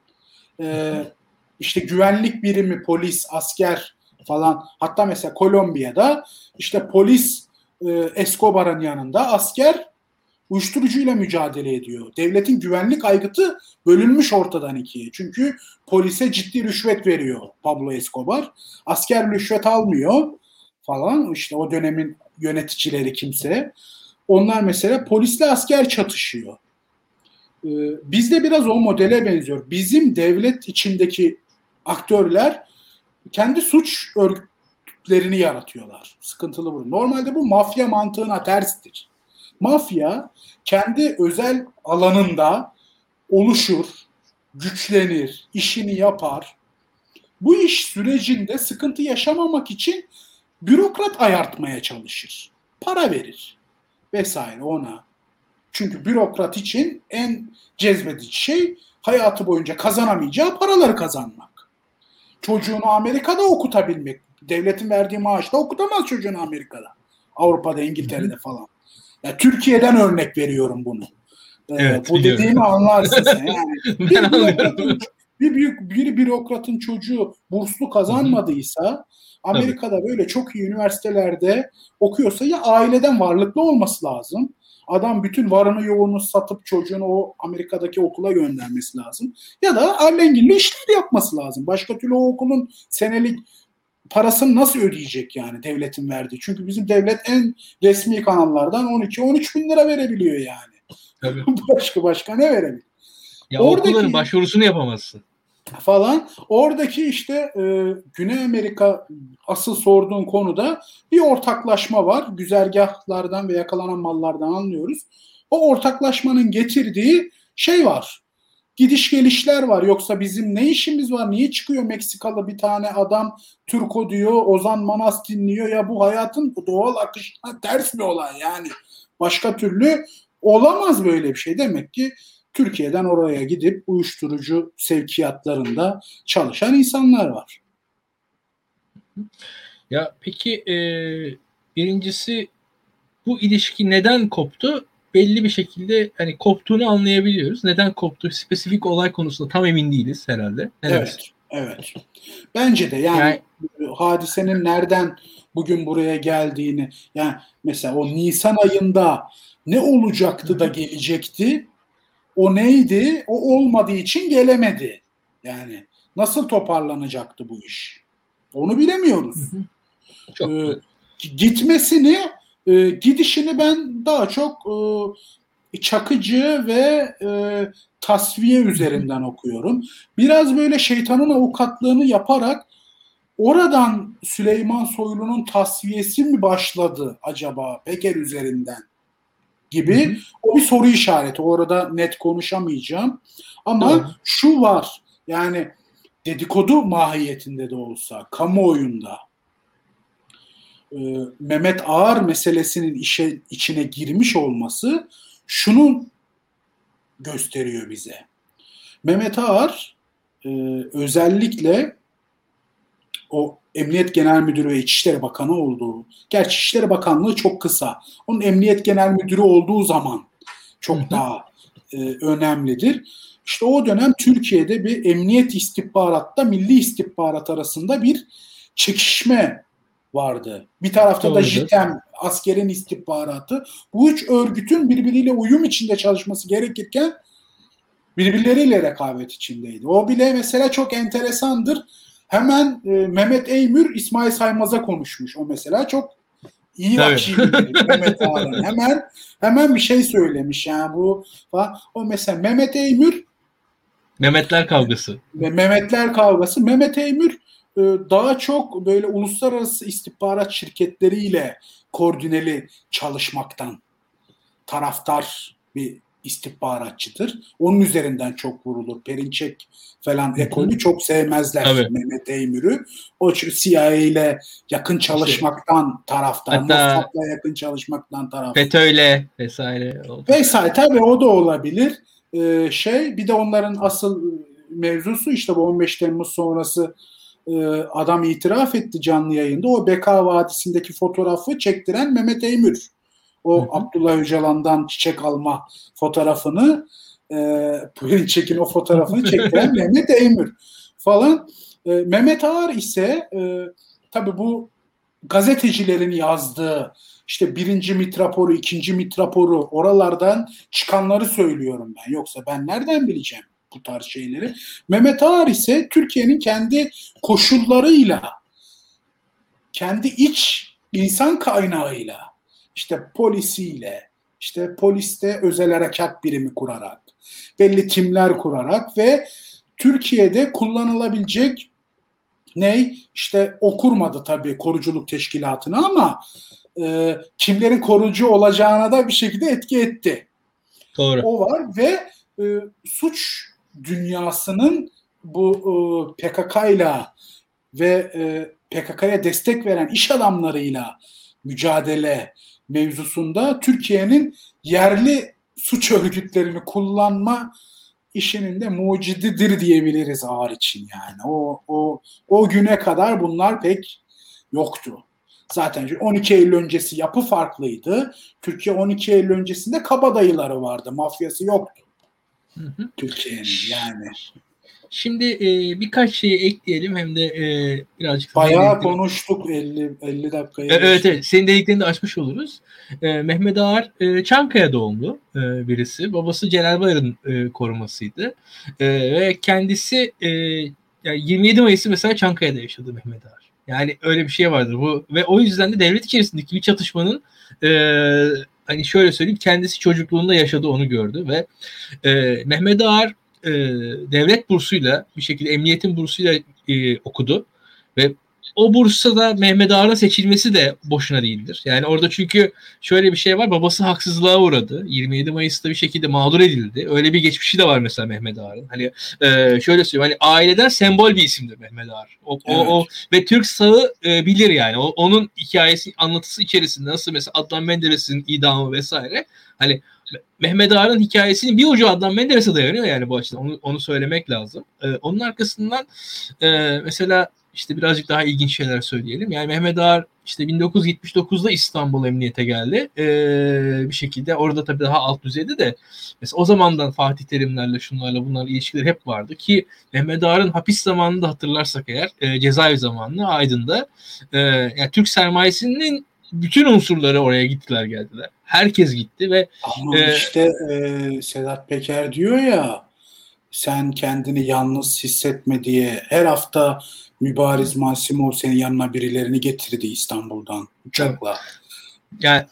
işte güvenlik birimi, polis, asker falan, hatta mesela Kolombiya'da işte polis Escobar'ın yanında, asker uyuşturucuyla mücadele ediyor. Devletin güvenlik aygıtı bölünmüş ortadan ikiye. Çünkü polise ciddi rüşvet veriyor Pablo Escobar. Asker rüşvet almıyor falan. İşte o dönemin yöneticileri kimse. Onlar mesela polisle asker çatışıyor. Bizde biraz o modele benziyor. Bizim devlet içindeki aktörler kendi suç örgütlerini yaratıyorlar. Sıkıntılı bu. Normalde bu mafya mantığına terstir. Mafya kendi özel alanında oluşur, güçlenir, işini yapar. Bu iş sürecinde sıkıntı yaşamamak için bürokrat ayartmaya çalışır. Para verir vesaire ona. Çünkü bürokrat için en cezbedici şey hayatı boyunca kazanamayacağı paraları kazanmak. Çocuğunu Amerika'da okutabilmek. Devletin verdiği maaşla okutamaz çocuğunu Amerika'da. Avrupa'da, İngiltere'de falan. Ya, Türkiye'den örnek veriyorum bunu. Evet, bu biliyorum. dediğimi anlarsın sen. Yani Ben anlıyorum. bir bürokratın çocuğu burslu kazanmadıysa Amerika'da böyle çok iyi üniversitelerde okuyorsa ya aileden varlıklı olması lazım. Adam bütün varını yoğunu satıp çocuğunu o Amerika'daki okula göndermesi lazım. Ya da allengirli işler yapması lazım. Başka türlü o okulun senelik parasını nasıl ödeyecek yani devletin verdiği? Çünkü bizim devlet en resmi kanallardan 12-13 bin lira verebiliyor yani. Tabii. Başka ne verebilir? Ya okulların başvurusunu yapamazsın. Falan. Oradaki işte Güney Amerika asıl sorduğun konuda bir ortaklaşma var. Güzergahlardan ve yakalanan mallardan anlıyoruz. O ortaklaşmanın getirdiği şey var. Gidiş gelişler var. Yoksa bizim ne işimiz var? Niye çıkıyor Meksikalı bir tane adam Türko diyor, Ozan Manas dinliyor. Ya bu hayatın doğal akışına ters bir olay yani. Başka türlü olamaz böyle bir şey. Demek ki Türkiye'den oraya gidip uyuşturucu sevkiyatlarında çalışan insanlar var. Ya peki birincisi bu ilişki neden koptu? Belli bir şekilde hani koptuğunu anlayabiliyoruz. Neden koptu? Spesifik olay konusunda tam emin değiliz herhalde. Evet. Bence de yani hadisenin nereden bugün buraya geldiğini, yani mesela o Nisan ayında ne olacaktı da gelecekti? O neydi? O olmadığı için gelemedi. Yani nasıl toparlanacaktı bu iş? Onu bilemiyoruz. Çok Gitmesini, gidişini ben daha çok Çakıcı ve tasfiye üzerinden okuyorum. Biraz böyle şeytanın avukatlığını yaparak oradan Süleyman Soylu'nun tasfiyesi mi başladı acaba Peker üzerinden gibi o bir soru işareti. Orada net konuşamayacağım. Ama şu var, yani dedikodu mahiyetinde de olsa kamuoyunda Mehmet Ağar meselesinin içine girmiş olması şunu gösteriyor bize. Mehmet Ağar özellikle o Emniyet Genel Müdürü ve İçişleri Bakanı olduğu, gerçi İçişleri Bakanlığı çok kısa. Onun Emniyet Genel Müdürü olduğu zaman çok daha önemlidir. İşte o dönem Türkiye'de bir emniyet istihbaratta milli istihbarat arasında bir çekişme vardı. Bir tarafta da JITEM, askerin istihbaratı. Bu üç örgütün birbiriyle uyum içinde çalışması gerekirken birbirleriyle rekabet içindeydi. O bile mesela çok enteresandır. Hemen Mehmet Eymür İsmail Saymaz'a konuşmuş. O mesela çok iyi vakilidir Mehmet Ağar'ın. Hemen bir şey söylemiş yani bu falan. O mesela Mehmet Eymür Mehmetler kavgası. Mehmet Eymür daha çok böyle uluslararası istihbarat şirketleriyle koordineli çalışmaktan taraftar bir istihbaratçıdır. Onun üzerinden çok vurulur. Perinçek falan ekolü çok sevmezler Mehmet Eymür'ü. O çünkü CIA ile yakın çalışmaktan taraftar. Mossad'la yakın çalışmaktan taraftar. FETÖ'yle vesaire. Vesaire tabii o da olabilir. Bir de onların asıl mevzusu işte bu 15 Temmuz sonrası adam itiraf etti canlı yayında. O Beka Vadisi'ndeki fotoğrafı çektiren Mehmet Eymür. O Abdullah Öcalan'dan çiçek alma fotoğrafını Perinçek'in o fotoğrafını çektiren Mehmet Eymür falan. Mehmet Ağar ise tabii bu gazetecilerin yazdığı işte birinci MİT raporu, ikinci MİT raporu oralardan çıkanları söylüyorum ben. Yoksa ben nereden bileceğim bu tarz şeyleri? Mehmet Ağar ise Türkiye'nin kendi koşullarıyla, kendi iç insan kaynağıyla, işte polisiyle, işte poliste özel harekat birimi kurarak, belli timler kurarak ve Türkiye'de kullanılabilecek İşte o kurmadı tabii koruculuk teşkilatını ama kimlerin korucu olacağına da bir şekilde etki etti. Doğru. O var ve suç dünyasının bu PKK'yla ve PKK'ya destek veren iş adamlarıyla mücadele mevzusunda Türkiye'nin yerli suç örgütlerini kullanma işinin de mucididir diyebiliriz Ağar için yani. O güne kadar bunlar pek yoktu. Zaten 12 Eylül öncesi yapı farklıydı. Türkiye 12 Eylül öncesinde kabadayıları vardı. Mafyası yoktu. Türkiye'nin yani. Şimdi birkaç şeyi ekleyelim hem de birazcık bayağı konuştuk 50 dakikaya. Evet, senin dediklerini de açmış oluruz. Mehmet Ağar Çankaya doğumlu birisi. Babası Celal Bayar'ın korumasıydı. Ve kendisi yani 27 Mayıs'ı mesela Çankaya'da yaşadı Mehmet Ağar. Yani öyle bir şey vardır bu ve o yüzden de devlet içerisindeki bir çatışmanın hani şöyle söyleyeyim kendisi çocukluğunda yaşadı onu gördü ve Mehmet Ağar devlet bursuyla bir şekilde emniyetin bursuyla okudu ve o bursa da Mehmet Ağar'ın seçilmesi de boşuna değildir. Yani orada çünkü şöyle bir şey var. Babası haksızlığa uğradı. 27 Mayıs'ta bir şekilde mağdur edildi. Öyle bir geçmişi de var mesela Mehmet Ağar'ın. Hani şöyle söyleyeyim. Hani aileden sembol bir isimdir Mehmet Ağar. O ve Türk sağı bilir yani. Onun hikayesi, anlatısı içerisinde nasıl mesela Adnan Menderes'in idamı vesaire. Hani Mehmet Ağar'ın hikayesinin bir ucu Adnan Menderes'e dayanıyor yani bu açıdan. Onu söylemek lazım. Onun arkasından mesela işte birazcık daha ilginç şeyler söyleyelim. Yani Mehmet Ağar işte 1979'da İstanbul Emniyete geldi. Bir şekilde orada tabii daha alt düzeyde de mesela o zamandan Fatih Terimlerle şunlarla bunlarla ilişkileri hep vardı ki Mehmet Ağar'ın hapis zamanını da hatırlarsak eğer cezaevi zamanını Aydın'da yani Türk sermayesinin bütün unsurları oraya gittiler geldiler. Herkes gitti ve ama işte Sedat Peker diyor ya sen kendini yalnız hissetme diye her hafta Mübariz Masimov senin yanına birilerini getirdi İstanbul'dan uçakla. Yani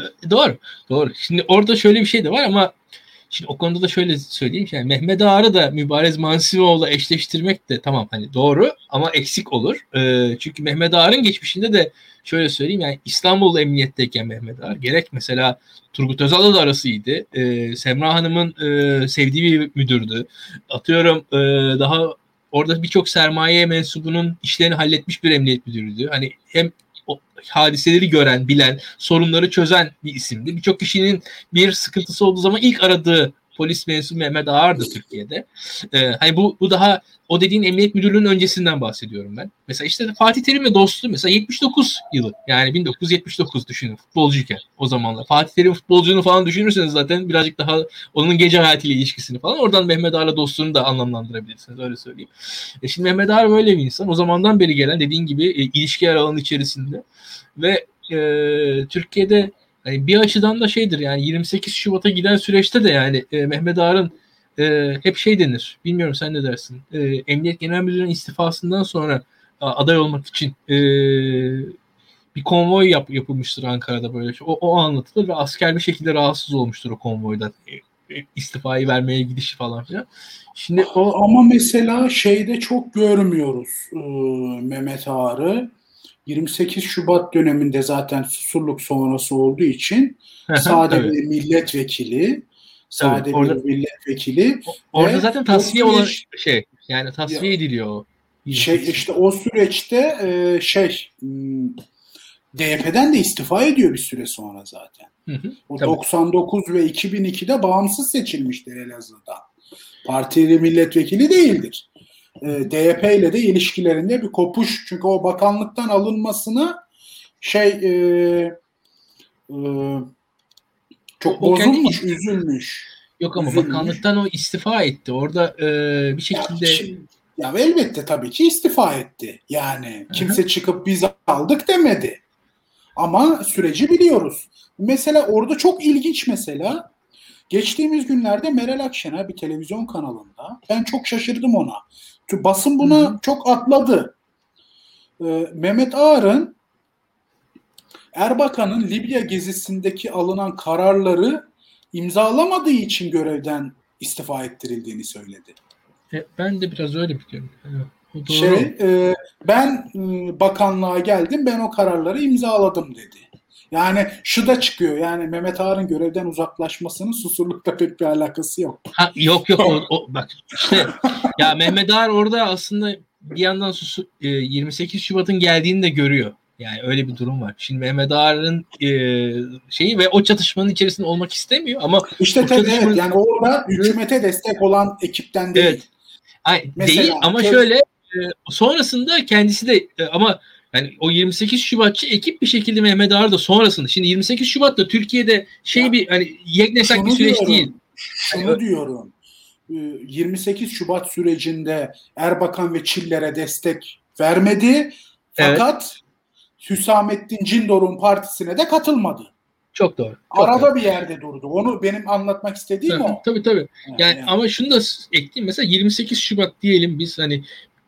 doğru. Şimdi orada şöyle bir şey de var ama şimdi o konuda da şöyle söyleyeyim. Yani Mehmet Ağar'ı da Mübariz Mansimov'la eşleştirmek de tamam hani doğru ama eksik olur. Çünkü Mehmet Ağar'ın geçmişinde de şöyle söyleyeyim yani İstanbul Emniyet'teyken Mehmet Ağar gerek mesela Turgut Özal'la da arası iyiydi. Semra Hanım'ın sevdiği bir müdürdü. Atıyorum daha orada birçok sermaye mensubunun işlerini halletmiş bir emniyet müdürüydü. Hani hem o hadiseleri gören, bilen, sorunları çözen bir isimdi. Birçok kişinin bir sıkıntısı olduğu zaman ilk aradığı polis mensubu Mehmet Ağar'dı Türkiye'de. Hani bu daha o dediğin emniyet müdürlüğünün öncesinden bahsediyorum ben. Mesela işte Fatih Terim'le dostluğu mesela 79 yılı. Yani 1979 düşünün futbolcuyken o zamanlar. Fatih Terim futbolculuğunu falan düşünürseniz zaten birazcık daha onun gece hayatıyla ilişkisini falan oradan Mehmet Ağar'la dostluğunu da anlamlandırabilirsiniz öyle söyleyeyim. Şimdi Mehmet Ağar böyle bir insan. O zamandan beri gelen dediğin gibi ilişki alanı içerisinde ve Türkiye'de yani bir açıdan da şeydir yani 28 Şubat'a giden süreçte de yani Mehmet Ağar'ın hep şey denir. Bilmiyorum sen ne dersin? Emniyet Genel Müdürlüğü'nün istifasından sonra aday olmak için bir konvoy yapılmıştır Ankara'da böyle. O anlatılır ve asker bir şekilde rahatsız olmuştur o konvoydan. İstifayı vermeye gidişi falan filan. Şimdi ama mesela şeyde çok görmüyoruz Mehmet Ağar'ı. 28 Şubat döneminde zaten Susurluk sonrası olduğu için sade bir milletvekili, bir milletvekili. Orada zaten tasfiye olan şey, yani tasfiye ediliyor o. İşte o süreçte DYP'den de istifa ediyor bir süre sonra zaten. O 99 ve 2002'de bağımsız seçilmiştir Elazığ'da. Partili milletvekili değildir. DYP ile de ilişkilerinde bir kopuş. Çünkü o bakanlıktan alınmasına çok bozulmuş, üzülmüş. Yok ama bakanlıktan o istifa etti. Orada bir şekilde Ya elbette tabii ki istifa etti. Yani kimse çıkıp biz aldık demedi. Ama süreci biliyoruz. Mesela orada çok ilginç mesela. Geçtiğimiz günlerde Meral Akşener bir televizyon kanalında. Ben çok şaşırdım ona. Çünkü basın buna çok atladı. Mehmet Ağar'ın Erbakan'ın Libya gezisindeki alınan kararları imzalamadığı için görevden istifa ettirildiğini söyledi. Ben de biraz öyle biliyorum. Doğru. Ben bakanlığa geldim, ben o kararları imzaladım dedi. Yani şu da çıkıyor, yani Mehmet Ağar'ın görevden uzaklaşmasının Susurluk'ta pek bir alakası yok. Yok bak işte ya Mehmet Ağar orada aslında bir yandan 28 Şubat'ın geldiğini de görüyor. Yani öyle bir durum var. Şimdi Mehmet Ağar'ın şeyi ve o çatışmanın içerisinde olmak istemiyor ama İşte evet, yani orada hükümete destek olan ekipten değil. Evet. Mesela, değil ama şöyle sonrasında kendisi de ama yani o 28 Şubatçı ekip bir şekilde Mehmet Ağar da sonrasında. Şimdi 28 Şubat'ta Türkiye'de bir hani yeknesak bir süreç değil. Şunu diyorum. 28 Şubat sürecinde Erbakan ve Çiller'e destek vermedi. Fakat Hüsamettin Cindor'un partisine de katılmadı. Çok doğru. Arada bir yerde durdu. Onu benim anlatmak istediğim o. Tabii. Yani ama şunu da ekleyeyim. Mesela 28 Şubat diyelim biz hani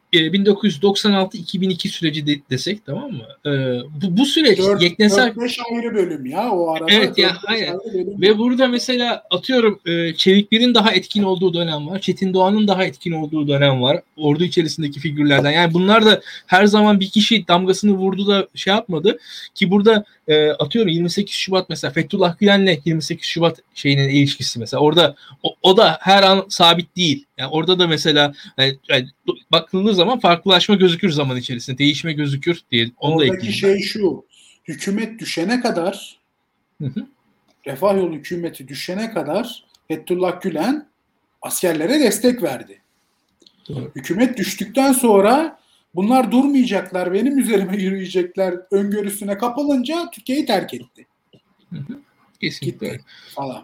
1996-2002 süreci desek, tamam mı? Bu süreç yeknesak 4-5 ayrı bölüm ya o arada. Evet ya, hayır. Ve burada mesela atıyorum Çevik Bir'in daha etkin olduğu dönem var. Çetin Doğan'ın daha etkin olduğu dönem var. Ordu içerisindeki figürlerden. Yani bunlar da her zaman bir kişi damgasını vurdu da yapmadı. Ki burada atıyorum 28 Şubat mesela Fethullah Gülen'le 28 Şubat şeyinin ilişkisi mesela. Orada o da her an sabit değil. Yani orada da mesela yani bakıldığı zaman farklılaşma gözükür zaman içerisinde. Değişme gözükür diye. Onu da oradaki şey şu. Hükümet düşene kadar Refah Yolu hükümeti düşene kadar Fethullah Gülen askerlere destek verdi. Doğru. Hükümet düştükten sonra bunlar durmayacaklar, benim üzerime yürüyecekler öngörüsüne kapılınca Türkiye'yi terk etti. Kesinlikle. Gitti falan.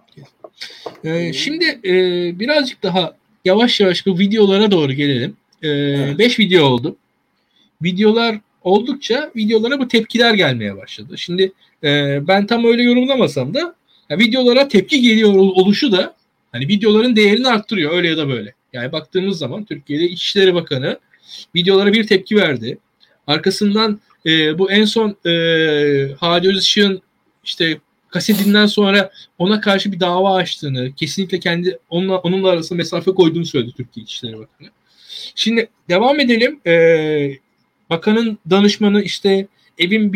Şimdi birazcık daha yavaş yavaş bu videolara doğru gelelim. 5 video oldu. Videolar oldukça videolara bu tepkiler gelmeye başladı. Şimdi ben tam öyle yorumlamasam da videolara tepki geliyor oluşu da hani videoların değerini arttırıyor öyle ya da böyle. Yani baktığımız zaman Türkiye'de İçişleri Bakanı videolara bir tepki verdi. Arkasından bu en son Hadi Özışık'ın işte kasetinden sonra ona karşı bir dava açtığını, kesinlikle onunla arasında mesafe koyduğunu söyledi Türkiye İçişleri Bakanı. Şimdi devam edelim. Bakanın danışmanı işte evim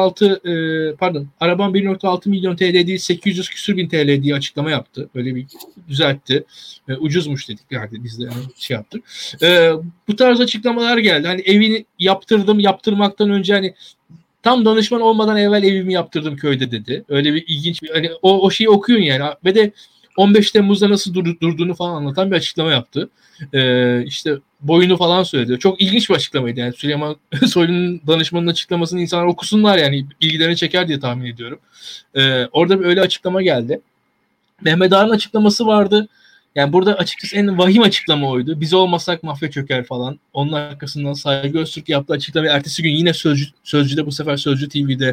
1.6 arabam 1.6 milyon TL değil 800 küsür bin TL diye açıklama yaptı. Böyle bir düzeltti. Ucuzmuş dedik yani biz de yaptık. Bu tarz açıklamalar geldi. Hani evini yaptırmaktan önce hani tam danışman olmadan evvel evimi yaptırdım köyde dedi. Öyle bir ilginç bir hani o şeyi okuyun yani ve de 15 Temmuz'da nasıl durduğunu falan anlatan bir açıklama yaptı. İşte boyunu falan söyledi. Çok ilginç bir açıklamaydı yani. Süleyman Soylu'nun danışmanının açıklamasını insanlar okusunlar yani ilgilerini çeker diye tahmin ediyorum. Orada bir öyle açıklama geldi. Mehmet Ağar'ın açıklaması vardı. Yani burada açıkçası en vahim açıklama oydu. Biz olmasak mafya çöker falan. Onun arkasından Saygı Öztürk yaptığı açıklamayı ertesi gün yine Sözcü'de bu sefer Sözcü TV'de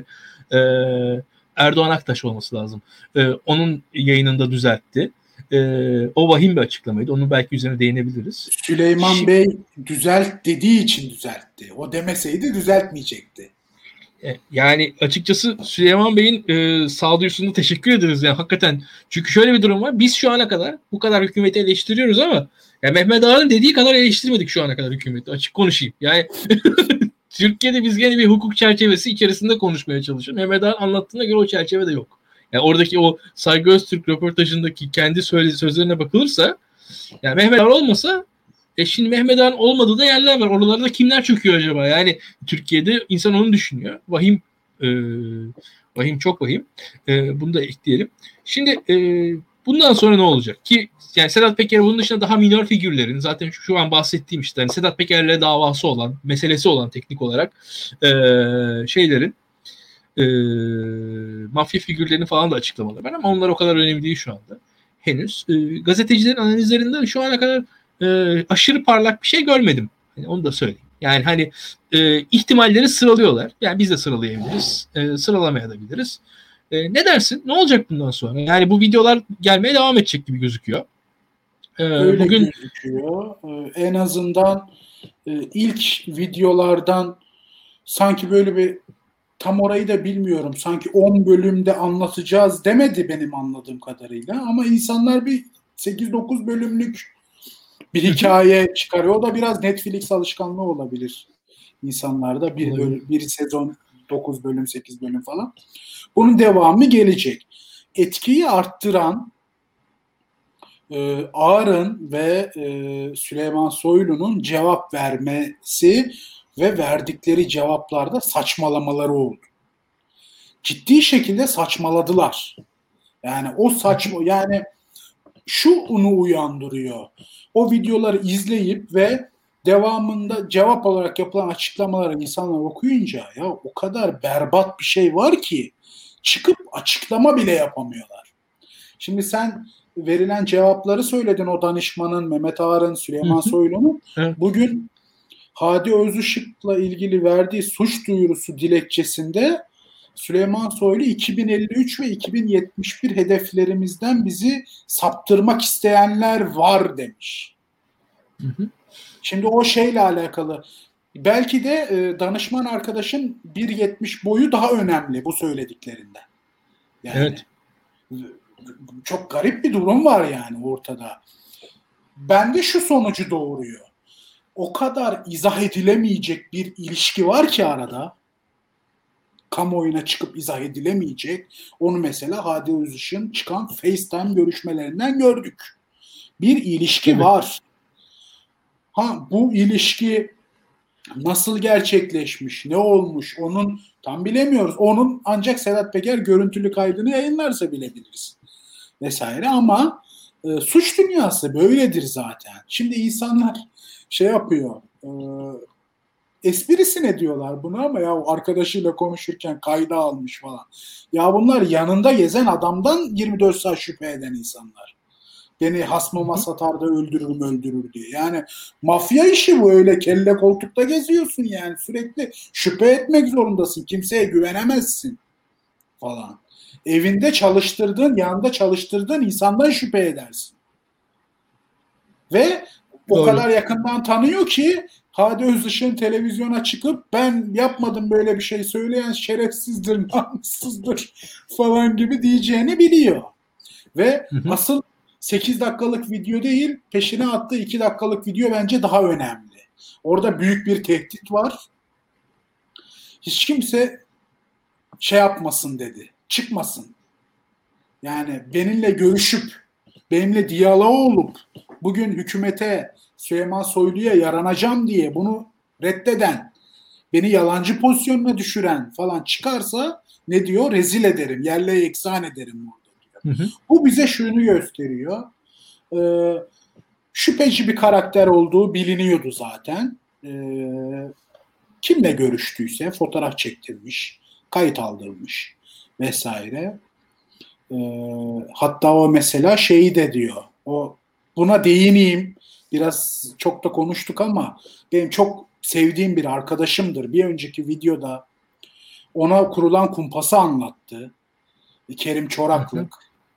Erdoğan Aktaş olması lazım. Onun yayınında düzeltti. O vahim bir açıklamaydı. Onun belki üzerine değinebiliriz. Süleyman Bey düzelt dediği için düzeltti. O demeseydi düzeltmeyecekti. Yani açıkçası Süleyman Bey'in sağduyusuna teşekkür ederiz. Yani hakikaten. Çünkü şöyle bir durum var. Biz şu ana kadar bu kadar hükümeti eleştiriyoruz ama yani Mehmet Ağar'ın dediği kadar eleştirmedik şu ana kadar hükümeti. Açık konuşayım. Yani Türkiye'de biz gene bir hukuk çerçevesi içerisinde konuşmaya çalışıyoruz. Mehmet Ağar anlattığına göre o çerçevede yok. Yani oradaki o Saygı Öztürk röportajındaki kendi söylediği sözlerine bakılırsa yani Mehmet Ağar olmasa şimdi Mehmet Ağar'ın olmadığı da yerler var. Oralarda kimler çöküyor acaba? Yani Türkiye'de insan onu düşünüyor. Vahim. Vahim, çok vahim. Bunu da ekleyelim. Şimdi bundan sonra ne olacak? Ki yani Sedat Peker bunun dışında daha minor figürlerin zaten şu an bahsettiğim işte yani Sedat Peker'le davası olan, meselesi olan teknik olarak şeylerin mafya figürlerinin falan da açıklamaları var ama onlar o kadar önemli değil şu anda. Henüz. Gazetecilerin analizlerinde şu ana kadar aşırı parlak bir şey görmedim. Yani onu da söyleyeyim. Yani hani ihtimalleri sıralıyorlar. Yani biz de sıralayabiliriz. Sıralamayabiliriz. Ne dersin? Ne olacak bundan sonra? Yani bu videolar gelmeye devam edecek gibi gözüküyor. Öyle Bugün gözüküyor. En azından ilk videolardan sanki böyle bir, tam orayı da bilmiyorum, sanki 10 bölümde anlatacağız demedi benim anladığım kadarıyla. Ama insanlar bir 8-9 bölümlük bir hikaye çıkarıyor. O da biraz Netflix alışkanlığı olabilir insanlarda. Bir sezon 9 bölüm, 8 bölüm falan. Bunun devamı gelecek. Etkiyi arttıran Ağar'ın ve Süleyman Soylu'nun cevap vermesi ve verdikleri cevaplarda saçmalamaları oldu. Ciddi şekilde saçmaladılar. Yani o saçma, yani şunu uyandırıyor. O videoları izleyip ve devamında cevap olarak yapılan açıklamaları insanlar okuyunca, ya o kadar berbat bir şey var ki çıkıp açıklama bile yapamıyorlar. Şimdi sen verilen cevapları söyledin, o danışmanın, Mehmet Ağar'ın, Süleyman Soylu'nun. evet. Bugün Hadi Özışık'la ilgili verdiği suç duyurusu dilekçesinde Süleyman Soylu 2053 ve 2071 hedeflerimizden bizi saptırmak isteyenler var demiş. Şimdi o şeyle alakalı, belki de danışman arkadaşın 1.70 boyu daha önemli bu söylediklerinden. Yani evet. çok garip bir durum var yani ortada. Bende şu sonucu doğuruyor. O kadar izah edilemeyecek bir ilişki var ki arada. Kamuoyuna çıkıp izah edilemeyecek. Onu mesela Hadi Özışık'ın çıkan FaceTime görüşmelerinden gördük. Bir ilişki var. Bu ilişki nasıl gerçekleşmiş, ne olmuş, onun tam bilemiyoruz. Onun ancak Sedat Peker görüntülü kaydını yayınlarsa bilebiliriz vesaire, ama suç dünyası böyledir zaten. Şimdi insanlar şey yapıyor, esprisine diyorlar bunu, ama ya arkadaşıyla konuşurken kayda almış falan. Ya bunlar yanında gezen adamdan 24 saat şüphe eden insanlar. Beni hasmıma satar da öldürür diye. Yani mafya işi bu, öyle kelle koltukta geziyorsun yani, sürekli şüphe etmek zorundasın. Kimseye güvenemezsin falan. Evinde çalıştırdığın, yanında çalıştırdığın insandan şüphe edersin. Ve o Doğru. kadar yakından tanıyor ki Hadi Özışık'ın televizyona çıkıp ben yapmadım böyle bir şey söyleyen şerefsizdir, namussuzdur falan gibi diyeceğini biliyor. Ve asıl 8 dakikalık video değil, peşine attığı 2 dakikalık video bence daha önemli. Orada büyük bir tehdit var. Hiç kimse şey yapmasın dedi, çıkmasın. Yani benimle görüşüp, benimle diyalog olup, bugün hükümete, Süleyman Soylu'ya yaranacağım diye bunu reddeden, beni yalancı pozisyonuna düşüren falan çıkarsa ne diyor? Rezil ederim, yerle yeksan ederim orada diyor. Bu bize şunu gösteriyor. Şüpheci bir karakter olduğu biliniyordu zaten. Kimle görüştüyse fotoğraf çektirmiş, kayıt aldırmış vesaire. Hatta o mesela şeyi de diyor. Buna değineyim. Biraz çok da konuştuk ama benim çok sevdiğim bir arkadaşımdır. Bir önceki videoda ona kurulan kumpası anlattı. Kerim Çoraklık.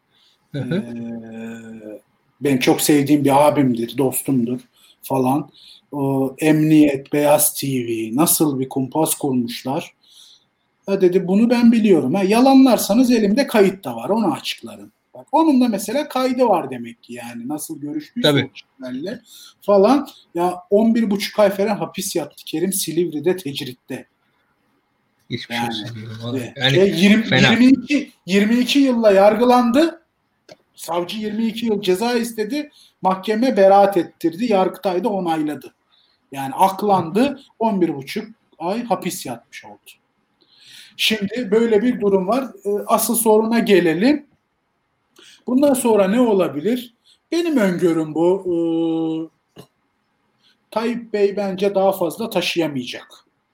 Benim çok sevdiğim bir abimdir, dostumdur falan. Emniyet, Beyaz TV nasıl bir kumpas kurmuşlar. Dedi bunu ben biliyorum. Yalanlarsanız elimde kayıt da var, onu açıklarım. Bak, onun da mesela kaydı var demek ki, yani nasıl görüştüyse o kişilerle falan. Ya 11,5 ay falan hapis yattı Kerim Silivri'de tecritte. Hiçbir yani, şey 22 yılla yargılandı. Savcı 22 yıl ceza istedi. Mahkeme beraat ettirdi. Yargıtay da onayladı. Yani aklandı. 11,5 ay hapis yatmış oldu. Şimdi böyle bir durum var. Asıl soruna gelelim. Bundan sonra ne olabilir? Benim öngörüm bu. Tayyip Bey bence daha fazla taşıyamayacak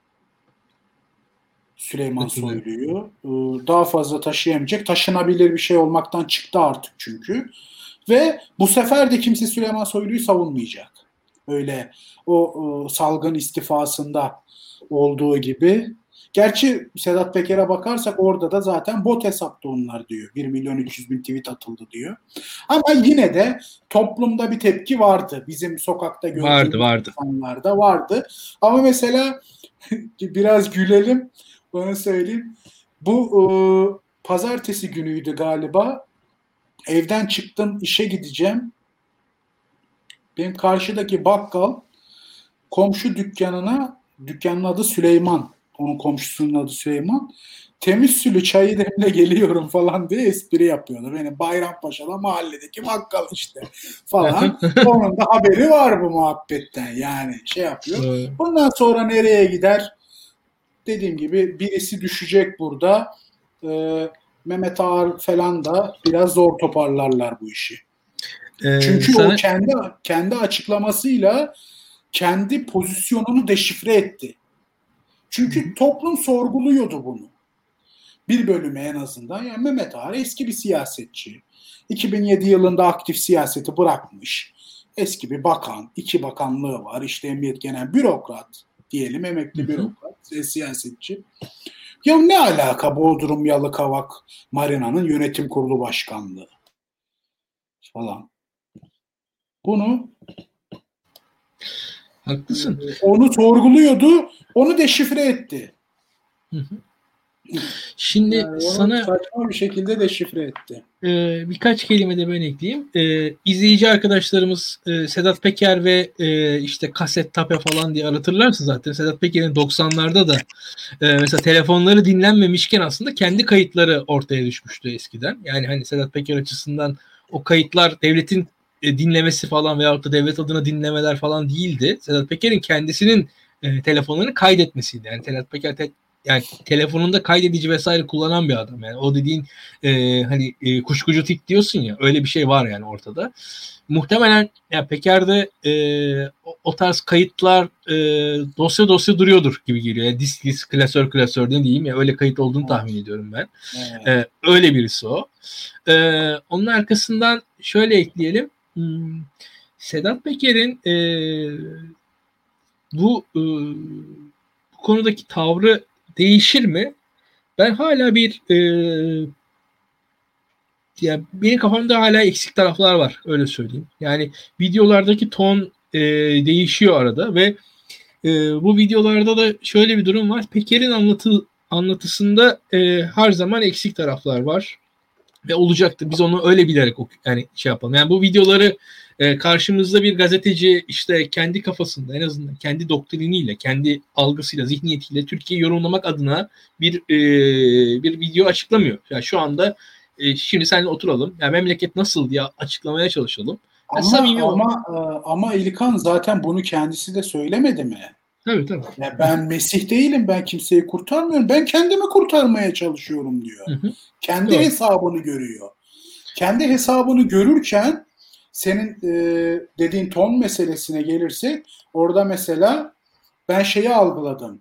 Süleyman Soylu'yu. Daha fazla taşıyamayacak. Taşınabilir bir şey olmaktan çıktı artık çünkü. Ve bu sefer de kimse Süleyman Soylu'yu savunmayacak. Öyle o salgın istifasında olduğu gibi. Gerçi Sedat Peker'e bakarsak orada da zaten bot hesapta onlar diyor. 1.300.000 tweet atıldı diyor. Ama yine de toplumda bir tepki vardı. Bizim sokakta gördüğümüz insanlarda vardı. Ama mesela biraz gülelim, bana söyleyeyim. Bu pazartesi günüydü galiba. Evden çıktım, işe gideceğim. Benim karşıdaki bakkal komşu dükkanın adı Süleyman. Onun komşusunun adı Süleyman. Temiz sülü çayı demle geliyorum falan diye espri yapıyordu. Benim Bayrampaşa'da mahalledeki bakkal işte falan. Onun da haberi var bu muhabbetten. Yani şey yapıyor. Bundan sonra nereye gider? Dediğim gibi birisi düşecek burada. Mehmet Ağar falan da biraz zor toparlarlar bu işi. Çünkü o kendi açıklamasıyla kendi pozisyonunu deşifre etti. Çünkü toplum sorguluyordu bunu. Bir bölümü en azından. Yani Mehmet Ağar eski bir siyasetçi. 2007 yılında aktif siyaseti bırakmış. Eski bir bakan, 2 bakanlığı var. İşte Emniyet Genel Bürokrat diyelim, emekli bürokrat, siyasetçi. Ya ne alaka Bodrum Yalıkavak Marina'nın yönetim kurulu başkanlığı falan. Bunu haklısın. Onu sorguluyordu, onu deşifre etti. Şimdi yani sana saçma bir şekilde deşifre etti. Birkaç kelime de ben ekleyeyim. İzleyici arkadaşlarımız Sedat Peker ve işte kaset tape falan diye aratırlarsa zaten Sedat Peker'in 90'larda da mesela telefonları dinlenmemişken aslında kendi kayıtları ortaya düşmüştü eskiden. Yani hani Sedat Peker açısından o kayıtlar devletin dinlemesi falan veyahut da devlet adına dinlemeler falan değildi. Sedat Peker'in kendisinin telefonlarını kaydetmesiydi. Yani Sedat Peker yani telefonunda kaydedici vesaire kullanan bir adam. Yani o dediğin hani kuşkucu tip diyorsun ya, öyle bir şey var yani ortada. Muhtemelen ya Peker'de o tarz kayıtlar dosya duruyordur gibi geliyor. Yani disk klasör ne diyeyim ya, öyle kayıt olduğunu tahmin ediyorum ben. Öyle birisi o. Onun arkasından şöyle ekleyelim. Sedat Peker'in bu konudaki tavrı değişir mi? Ben hala ya benim kafamda hala eksik taraflar var, öyle söyleyeyim. Yani videolardaki ton değişiyor arada ve bu videolarda da şöyle bir durum var. Peker'in anlatısında her zaman eksik taraflar var ve olacaktı. Biz onu öyle bilerek yani şey yapalım. Yani bu videoları karşımızda bir gazeteci işte kendi kafasında, en azından kendi doktriniyle, kendi algısıyla, zihniyetiyle Türkiye'yi yorumlamak adına bir video açıklamıyor. Yani şu anda şimdi seninle oturalım. Yani memleket nasıl diye açıklamaya çalışalım. Ama İlkan zaten bunu kendisi de söylemedi mi? Tabii. Ya ben Mesih değilim, ben kimseyi kurtarmıyorum. Ben kendimi kurtarmaya çalışıyorum diyor. Kendi hesabını görüyor. Kendi hesabını görürken senin dediğin ton meselesine gelirse orada mesela ben şeyi algıladım.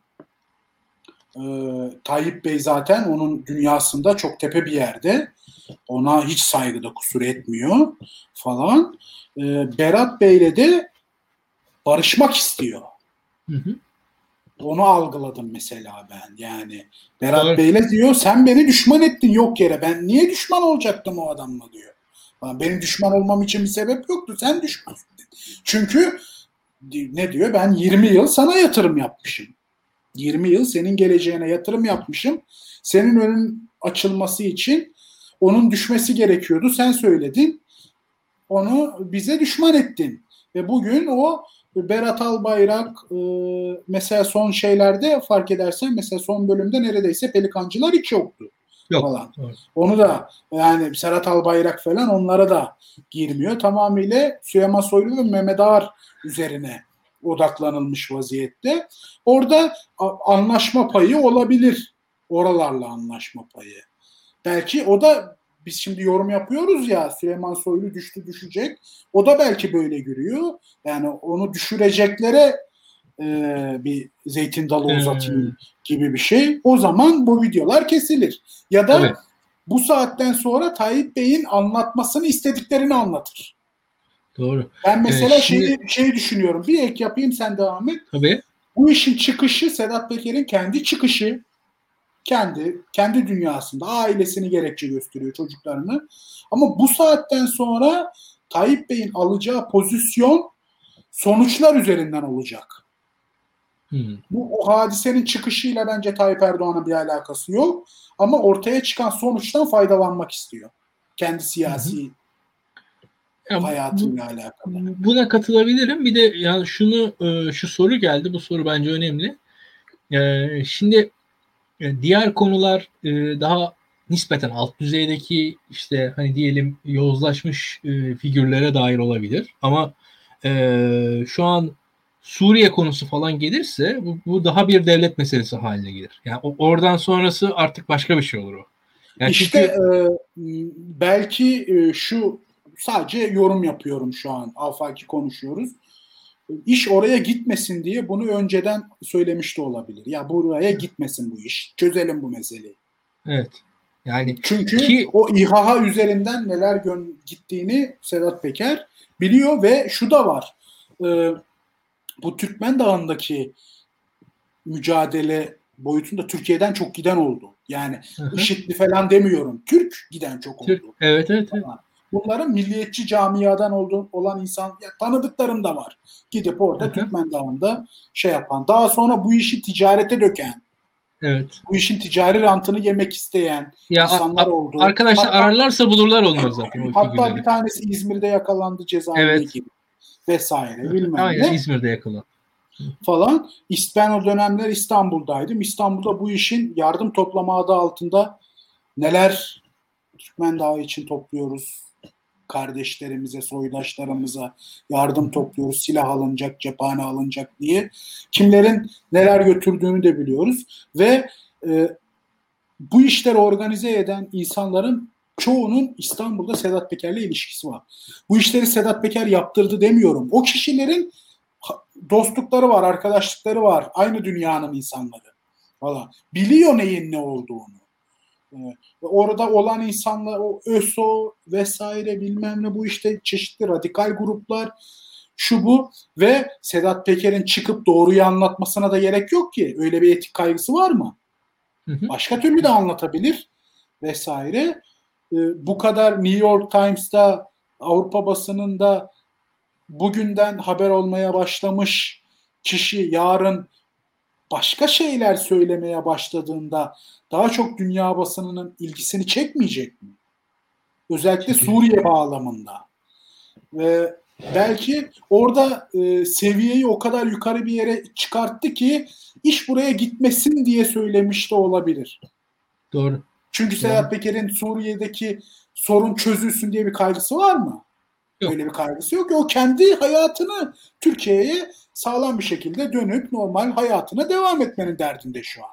Tayyip Bey zaten onun dünyasında çok tepe bir yerde. Ona hiç saygıda kusur etmiyor falan. Berat Bey'le de barışmak istiyor. Onu algıladım mesela ben. Yani Berat Bey'le diyor sen beni düşman ettin yok yere. Ben niye düşman olacaktım o adamla diyor. Benim düşman olmam için bir sebep yoktu. Sen düşman ettin. Çünkü ne diyor? Ben 20 yıl sana yatırım yapmışım. 20 yıl senin geleceğine yatırım yapmışım. Senin önün açılması için onun düşmesi gerekiyordu. Sen söyledin. Onu bize düşman ettin. Ve bugün o Berat Albayrak mesela son şeylerde fark edersen mesela son bölümde neredeyse Pelikancılar hiç yoktu. Falan. Onu da yani Serhat Albayrak falan onlara da girmiyor. Tamamıyla Süleyman Soylu ve Mehmet Ağar üzerine odaklanılmış vaziyette. Orada anlaşma payı olabilir. Oralarla anlaşma payı. Belki o da biz şimdi yorum yapıyoruz ya Süleyman Soylu düşecek. O da belki böyle görüyor. Yani onu düşüreceklere bir zeytin dalı uzatayım gibi bir şey. O zaman bu videolar kesilir. Ya da bu saatten sonra Tayyip Bey'in anlatmasını istediklerini anlatır. Doğru. Ben mesela Şimdi şeyi düşünüyorum. Bir ek yapayım, sen devam et. tabii. Bu işin çıkışı Sedat Peker'in kendi çıkışı. Kendi dünyasında ailesini gerekçe gösteriyor, çocuklarını. Ama bu saatten sonra Tayyip Bey'in alacağı pozisyon sonuçlar üzerinden olacak. Bu o hadisenin çıkışıyla bence Tayyip Erdoğan'ın bir alakası yok. Ama ortaya çıkan sonuçtan faydalanmak istiyor. Kendi siyasi Ya hayatıyla alakalı. buna katılabilirim. Bir de yani şu soru geldi. Bu soru bence önemli. Şimdi diğer konular daha nispeten alt düzeydeki işte hani diyelim yozlaşmış figürlere dair olabilir. Ama şu an Suriye konusu falan gelirse bu daha bir devlet meselesi haline gelir. Yani oradan sonrası artık başka bir şey olur o. Yani İşte çünkü belki şu, sadece yorum yapıyorum şu an. Afaki konuşuyoruz. İş oraya gitmesin diye bunu önceden söylemiş de olabilir. Ya buraya gitmesin bu iş. Çözelim bu meseleyi. evet. Yani Çünkü ki o İHA üzerinden neler gittiğini Sedat Peker biliyor ve şu da var. Bu Türkmen Dağı'ndaki mücadele boyutunda Türkiye'den çok giden oldu. Yani IŞİD'li falan demiyorum. Türk giden çok oldu. Evet, evet, evet. Bunların milliyetçi camiadan olan insan, ya tanıdıklarım da var. Gidip orada Türkmen Dağı'nda şey yapan. Daha sonra bu işi ticarete döken, evet. bu işin ticari rantını yemek isteyen insanlar oldu. Arkadaşlar ararlarsa bulurlar onları zaten. O Hatta bir figürleri. tanesi İzmir'de yakalandı, cezaevine Evet. girdi vesaire bilmem Aynen, ne İzmir'de yakalan. falan. Ben o dönemler İstanbul'daydım. İstanbul'da bu işin yardım toplama adı altında neler Türkmen Dağı için topluyoruz. Kardeşlerimize, soydaşlarımıza yardım topluyoruz. Silah alınacak, cephane alınacak diye. Kimlerin neler götürdüğünü de biliyoruz. Ve bu işleri organize eden insanların çoğunun İstanbul'da Sedat Peker'le ilişkisi var. Bu işleri Sedat Peker yaptırdı demiyorum. O kişilerin dostlukları var, arkadaşlıkları var. Aynı dünyanın insanları falan. Biliyor neyin ne olduğunu. Orada olan insanlar, o ÖSO vesaire bilmem ne, bu işte çeşitli radikal gruplar, şu bu, ve Sedat Peker'in çıkıp doğruyu anlatmasına da gerek yok ki. Öyle bir etik kaygısı var mı? Başka türlü de anlatabilir vesaire. Bu kadar New York Times'ta, Avrupa basınında bugünden haber olmaya başlamış kişi yarın başka şeyler söylemeye başladığında daha çok dünya basınının ilgisini çekmeyecek mi? Özellikle Suriye bağlamında. Ve belki orada seviyeyi o kadar yukarı bir yere çıkarttı ki iş buraya gitmesin diye söylemiş de olabilir. Doğru. Çünkü Sedat Peker'in Suriye'deki sorun çözülsün diye bir kaygısı var mı? Yok. Öyle bir kaygısı yok. O kendi hayatını Türkiye'ye sağlam bir şekilde dönüp normal hayatına devam etmenin derdinde şu an.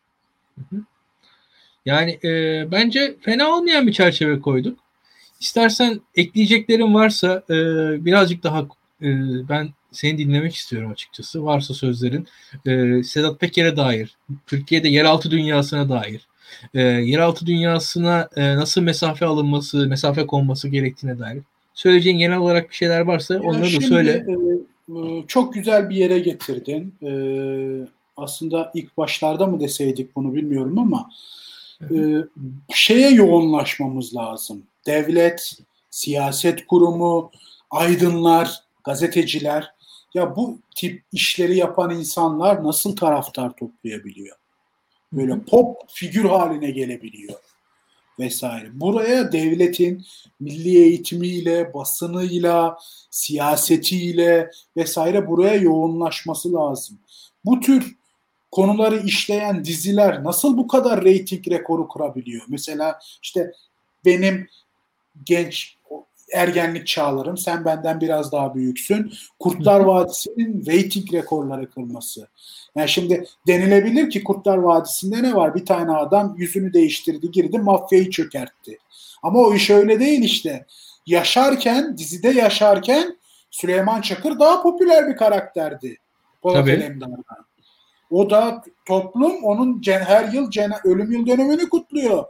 Yani bence fena olmayan bir çerçeve koyduk. İstersen ekleyeceklerin varsa birazcık daha ben seni dinlemek istiyorum açıkçası. Varsa sözlerin Sedat Peker'e dair, Türkiye'de yeraltı dünyasına dair, yeraltı dünyasına nasıl mesafe konması gerektiğine dair. Söyleyeceğin genel olarak bir şeyler varsa onları da söyle. Çok güzel bir yere getirdin. Aslında ilk başlarda mı deseydik bunu bilmiyorum ama şeye yoğunlaşmamız lazım. Devlet, siyaset kurumu, aydınlar, gazeteciler, ya bu tip işleri yapan insanlar nasıl taraftar toplayabiliyor? Böyle pop figür haline gelebiliyor vesaire. Buraya devletin milli eğitimiyle, basınıyla, siyasetiyle vesaire buraya yoğunlaşması lazım. Bu tür konuları işleyen diziler nasıl bu kadar reyting rekoru kurabiliyor? Mesela işte benim genç ergenlik çağlarım, sen benden biraz daha büyüksün. Kurtlar Vadisi'nin reyting rekorları kırması. Yani şimdi denilebilir ki Kurtlar Vadisi'nde ne var? Bir tane adam yüzünü değiştirdi, girdi, mafyayı çökertti. Ama o iş öyle değil işte. Dizide yaşarken Süleyman Çakır daha popüler bir karakterdi. Polat Alemdar'dan. O da toplum onun her yıl ölüm yıl dönümünü kutluyor.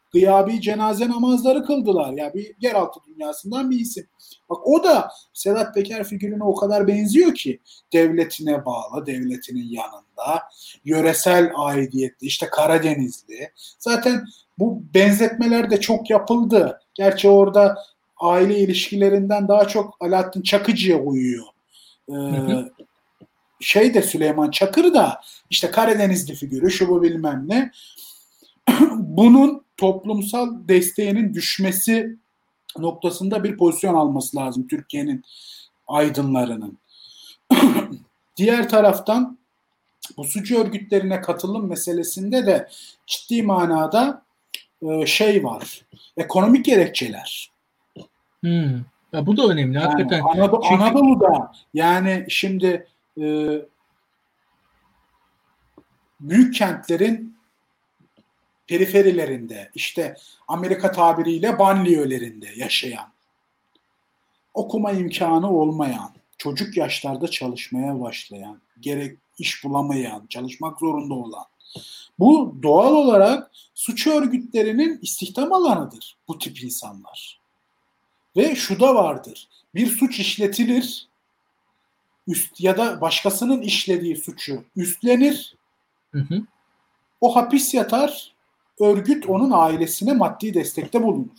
gıyabi cenaze namazları kıldılar. Ya bir yeraltı dünyasından bir isim. Bak o da Sedat Peker figürüne o kadar benziyor ki devletine bağlı, devletinin yanında, yöresel aidiyetli, işte Karadenizli. Zaten bu benzetmeler de çok yapıldı. Gerçi orada aile ilişkilerinden daha çok Alaaddin Çakıcı'ya uyuyor. Hı hı. Şey de Süleyman Çakır da işte Karadenizli figürü şu bu bilmem ne. Bunun toplumsal desteğinin düşmesi noktasında bir pozisyon alması lazım Türkiye'nin aydınlarının. Diğer taraftan bu suç örgütlerine katılım meselesinde de ciddi manada şey var. Ekonomik gerekçeler. Ya bu da önemli Yani hakikaten. Çünkü Anadolu'da yani şimdi büyük kentlerin periferilerinde, işte Amerika tabiriyle banliyölerinde yaşayan, okuma imkanı olmayan, çocuk yaşlarda çalışmaya başlayan, gerek iş bulamayan, çalışmak zorunda olan. Bu doğal olarak suç örgütlerinin istihdam alanıdır bu tip insanlar. Ve şu da vardır. Bir suç işletilir, ya da başkasının işlediği suçu üstlenir, hı hı, o hapis yatar, örgüt onun ailesine maddi destekte bulunur.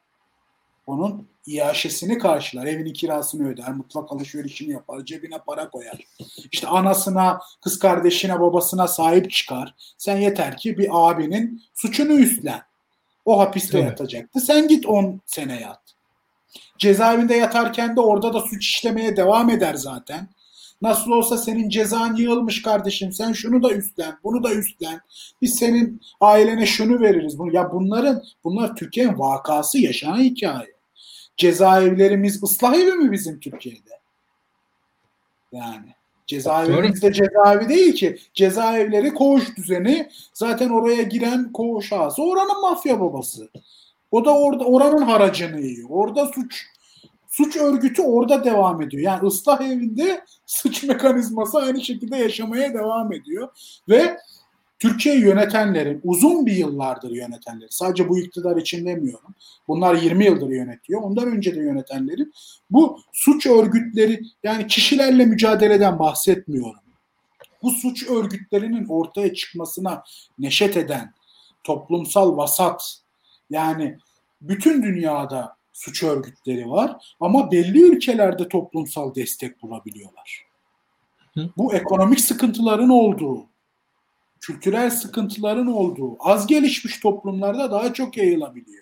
Onun iaşesini karşılar, evinin kirasını öder, mutfak alışverişini yapar, cebine para koyar. İşte anasına, kız kardeşine, babasına sahip çıkar. Sen yeter ki bir abinin suçunu üstlen. O hapiste tabii. yatacaktı. Sen git 10 sene yat. Cezaevinde yatarken de orada da suç işlemeye devam eder zaten. Nasıl olsa senin cezan yığılmış kardeşim. Sen şunu da üstlen, bunu da üstlen. Biz senin ailene şunu veririz. Ya bunlar Türkiye'nin vakası, yaşanan hikaye. Cezaevlerimiz ıslah evi mi bizim Türkiye'de? Yani Doğru. cezaevimizde cezaevi değil ki. Cezaevleri koğuş düzeni. Zaten oraya giren koğuş ağası oranın mafya babası. O da orada oranın haracını yiyor. Orada suç örgütü orada devam ediyor. Yani ıslah evinde suç mekanizması aynı şekilde yaşamaya devam ediyor. Ve Türkiye'yi yönetenlerin, uzun bir yıllardır yönetenlerin, sadece bu iktidar için demiyorum, bunlar 20 yıldır yönetiyor, ondan önce de yönetenlerin bu suç örgütleri, yani kişilerle mücadeleden bahsetmiyorum. Bu suç örgütlerinin ortaya çıkmasına neşet eden toplumsal vasat, yani bütün dünyada suç örgütleri var ama belli ülkelerde toplumsal destek bulabiliyorlar. Hı. Bu ekonomik sıkıntıların olduğu, kültürel sıkıntıların olduğu, az gelişmiş toplumlarda daha çok yayılabiliyor.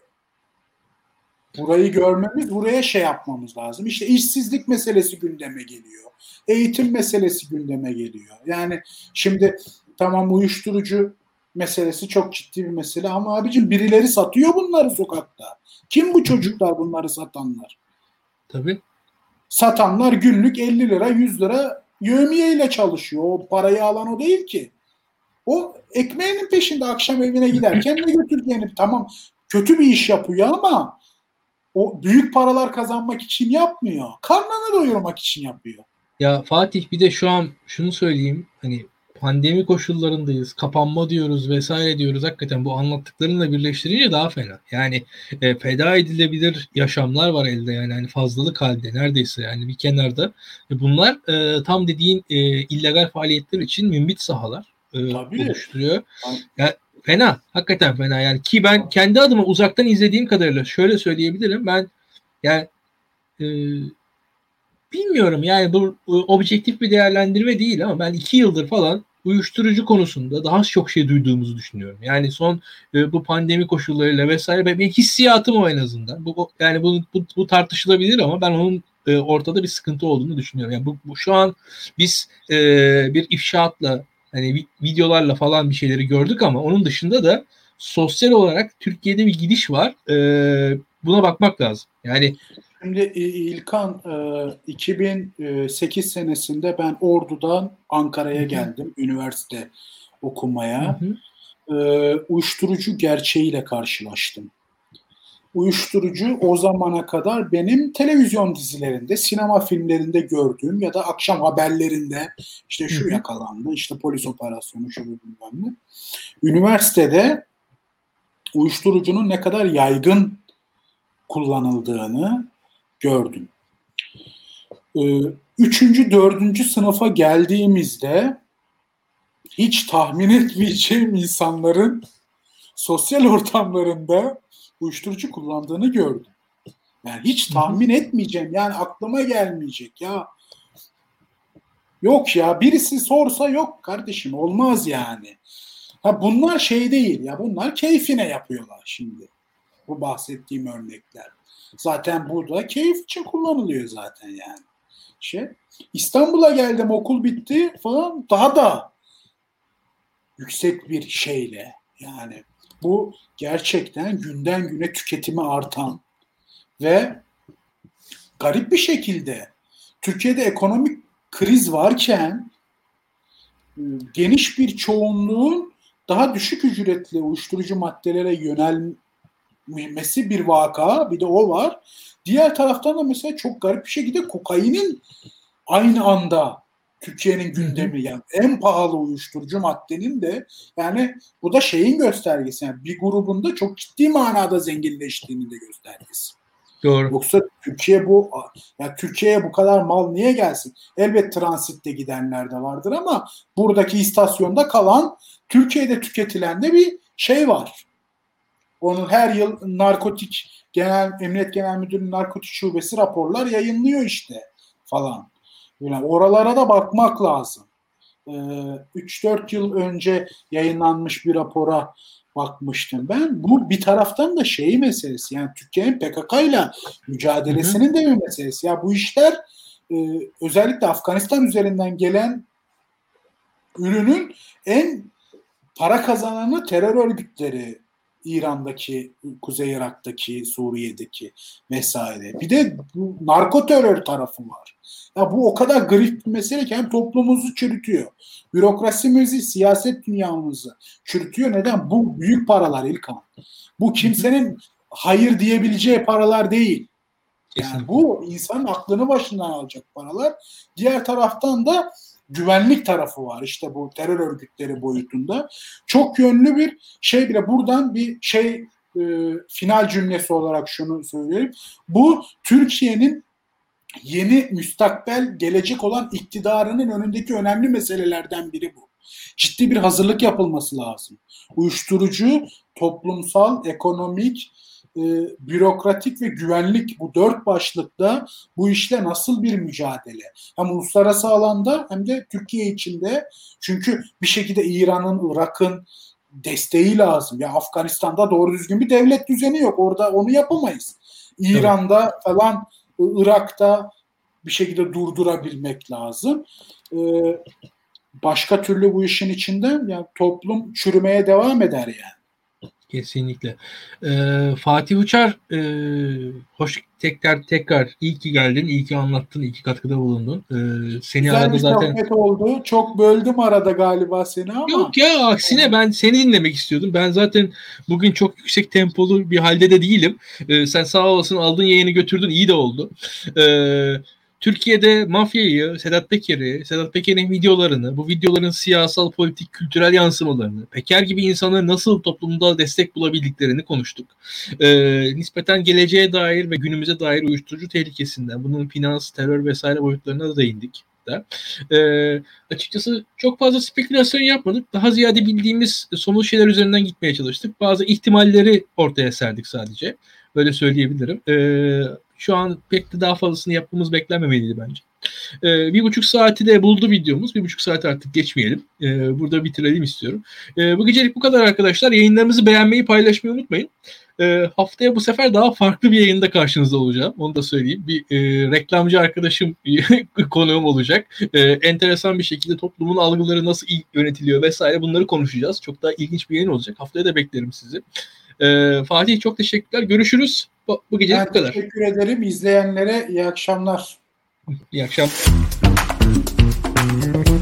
Burayı görmemiz, buraya şey yapmamız lazım. İşte işsizlik meselesi gündeme geliyor. Eğitim meselesi gündeme geliyor. Yani şimdi tamam, uyuşturucu meselesi çok ciddi bir mesele ama abicim birileri satıyor bunları sokakta. Kim bu çocuklar, bunları satanlar? Tabii. Satanlar günlük 50 lira 100 lira yevmiyeyle çalışıyor. O parayı alan o değil ki. O ekmeğinin peşinde akşam evine giderken ne götüreceğini, tamam kötü bir iş yapıyor ama o büyük paralar kazanmak için yapmıyor. Karnını doyurmak için yapıyor. Ya Fatih bir de şu an şunu söyleyeyim. Hani pandemi koşullarındayız. Kapanma diyoruz vesaire diyoruz. Hakikaten bu anlattıklarınla birleştirince daha fena. Yani feda edilebilir yaşamlar var elde yani hani fazlalık halde neredeyse yani bir kenarda. Bunlar tam dediğin illegal faaliyetler için mümbit sahalar Tabii. oluşturuyor. Ya fena. Hakikaten fena yani ki ben kendi adıma uzaktan izlediğim kadarıyla şöyle söyleyebilirim. Ben yani e, bilmiyorum yani bu objektif bir değerlendirme değil ama ben 2 yıldır falan uyuşturucu konusunda daha çok şey duyduğumuzu düşünüyorum. Yani son bu pandemi koşullarıyla vesaire benim hissiyatım o en azından. Yani bu tartışılabilir ama ben onun ortada bir sıkıntı olduğunu düşünüyorum. Yani bu şu an biz bir ifşaatla hani videolarla falan bir şeyleri gördük ama onun dışında da sosyal olarak Türkiye'de bir gidiş var. Buna bakmak lazım. Yani Şimdi İlkan, 2008 senesinde ben Ordu'dan hı Ankara'ya hı, geldim üniversite hı okumaya. hı, Uyuşturucu gerçeğiyle karşılaştım. Uyuşturucu o zamana kadar benim televizyon dizilerinde, sinema filmlerinde gördüğüm ya da akşam haberlerinde işte hı şu hı. yakalandı, işte polis operasyonu, şu bilmem ne. Üniversitede uyuşturucunun ne kadar yaygın kullanıldığını gördüm. 3. 4. sınıfa geldiğimizde hiç tahmin etmeyeceğim insanların sosyal ortamlarında uyuşturucu kullandığını gördüm. Yani hiç tahmin etmeyeceğim. Yani aklıma gelmeyecek ya. Yok ya, birisi sorsa yok kardeşim, olmaz yani. Ha, bunlar şey değil ya, bunlar keyfine yapıyorlar şimdi. Bu bahsettiğim örnekler. Zaten burada keyif için kullanılıyor zaten yani. İstanbul'a geldim, okul bitti falan, daha da yüksek bir şeyle yani. Bu gerçekten günden güne tüketimi artan ve garip bir şekilde Türkiye'de ekonomik kriz varken geniş bir çoğunluğun daha düşük ücretli uyuşturucu maddelere yönelmesi bir vaka, bir de o var. Diğer taraftan da mesela çok garip bir şekilde kokainin aynı anda Türkiye'nin gündemi, yani en pahalı uyuşturucu maddenin de, yani bu da şeyin göstergesi, yani bir grubunda çok ciddi manada zenginleştiğinin de göstergesi. Doğru. Yoksa Türkiye'ye bu kadar mal niye gelsin? Elbet transitte gidenler de vardır ama buradaki istasyonda kalan, Türkiye'de tüketilen de bir şey var. Onun her yıl Emniyet Genel Müdürlüğü Narkotik Şubesi raporlar yayınlıyor işte falan. Yani oralara da bakmak lazım. 3-4 yıl önce yayınlanmış bir rapora bakmıştım ben. Bu bir taraftan da şey meselesi, yani Türkiye'nin PKK'yla mücadelesinin de bir meselesi. Ya bu işler özellikle Afganistan üzerinden gelen ürünün en para kazananı terör örgütleri, İran'daki, Kuzey Irak'taki, Suriye'deki vesaire. Bir de bu narko terör tarafı var. Ya bu o kadar garip bir mesele ki hem toplumumuzu çürütüyor, bürokrasimizi, siyaset dünyamızı çürütüyor. Neden? Bu büyük paralar İlkan. Bu kimsenin hayır diyebileceği paralar değil. Yani bu insanın aklını başından alacak paralar. Diğer taraftan da güvenlik tarafı var. İşte bu terör örgütleri boyutunda. Çok yönlü bir şey bile. Buradan bir final cümlesi olarak şunu söyleyeyim. Bu Türkiye'nin yeni müstakbel gelecek olan iktidarının önündeki önemli meselelerden biri bu. Ciddi bir hazırlık yapılması lazım. Uyuşturucu, toplumsal, ekonomik, bürokratik ve güvenlik, bu 4 başlıkta bu işle nasıl bir mücadele? Hem uluslararası alanda hem de Türkiye içinde. Çünkü bir şekilde İran'ın, Irak'ın desteği lazım. Ya Afganistan'da doğru düzgün bir devlet düzeni yok. Orada onu yapamayız. İran'da falan, Irak'ta bir şekilde durdurabilmek lazım. Başka türlü bu işin içinden yani toplum çürümeye devam eder yani. Kesinlikle. Fatih Uçar, hoş tekrar iyi ki geldin, iyi ki anlattın, iyi ki katkıda bulundun. Seni güzel arada bir zaten sohbet oldu. Çok böldüm arada galiba seni ama. Yok ya, aksine ben seni dinlemek istiyordum. Ben zaten bugün çok yüksek tempolu bir halde de değilim. Sen sağ olasın, aldın yayını götürdün, iyi de oldu. Türkiye'de mafyayı, Sedat Peker'in videolarını, bu videoların siyasal, politik, kültürel yansımalarını, Peker gibi insanların nasıl toplumda destek bulabildiklerini konuştuk. Nispeten geleceğe dair ve günümüze dair uyuşturucu tehlikesinden, bunun finans, terör vesaire boyutlarına da değindik. Açıkçası çok fazla spekülasyon yapmadık. Daha ziyade bildiğimiz somut şeyler üzerinden gitmeye çalıştık. Bazı ihtimalleri ortaya serdik sadece. Böyle söyleyebilirim. Şu an pek de daha fazlasını yapmamız beklenmemeliydi bence. 1,5 saati de buldu videomuz. 1,5 saat artık geçmeyelim. Burada bitirelim istiyorum. Bu gecelik bu kadar arkadaşlar. Yayınlarımızı beğenmeyi, paylaşmayı unutmayın. Haftaya bu sefer daha farklı bir yayında karşınızda olacağım. Onu da söyleyeyim. Bir reklamcı arkadaşım konuğum olacak. Enteresan bir şekilde toplumun algıları nasıl yönetiliyor vesaire, bunları konuşacağız. Çok daha ilginç bir yayın olacak. Haftaya da beklerim sizi. Fatih, çok teşekkürler. Görüşürüz. Bu gecelik bu kadar. Teşekkür ederim. İzleyenlere iyi akşamlar. İyi akşamlar.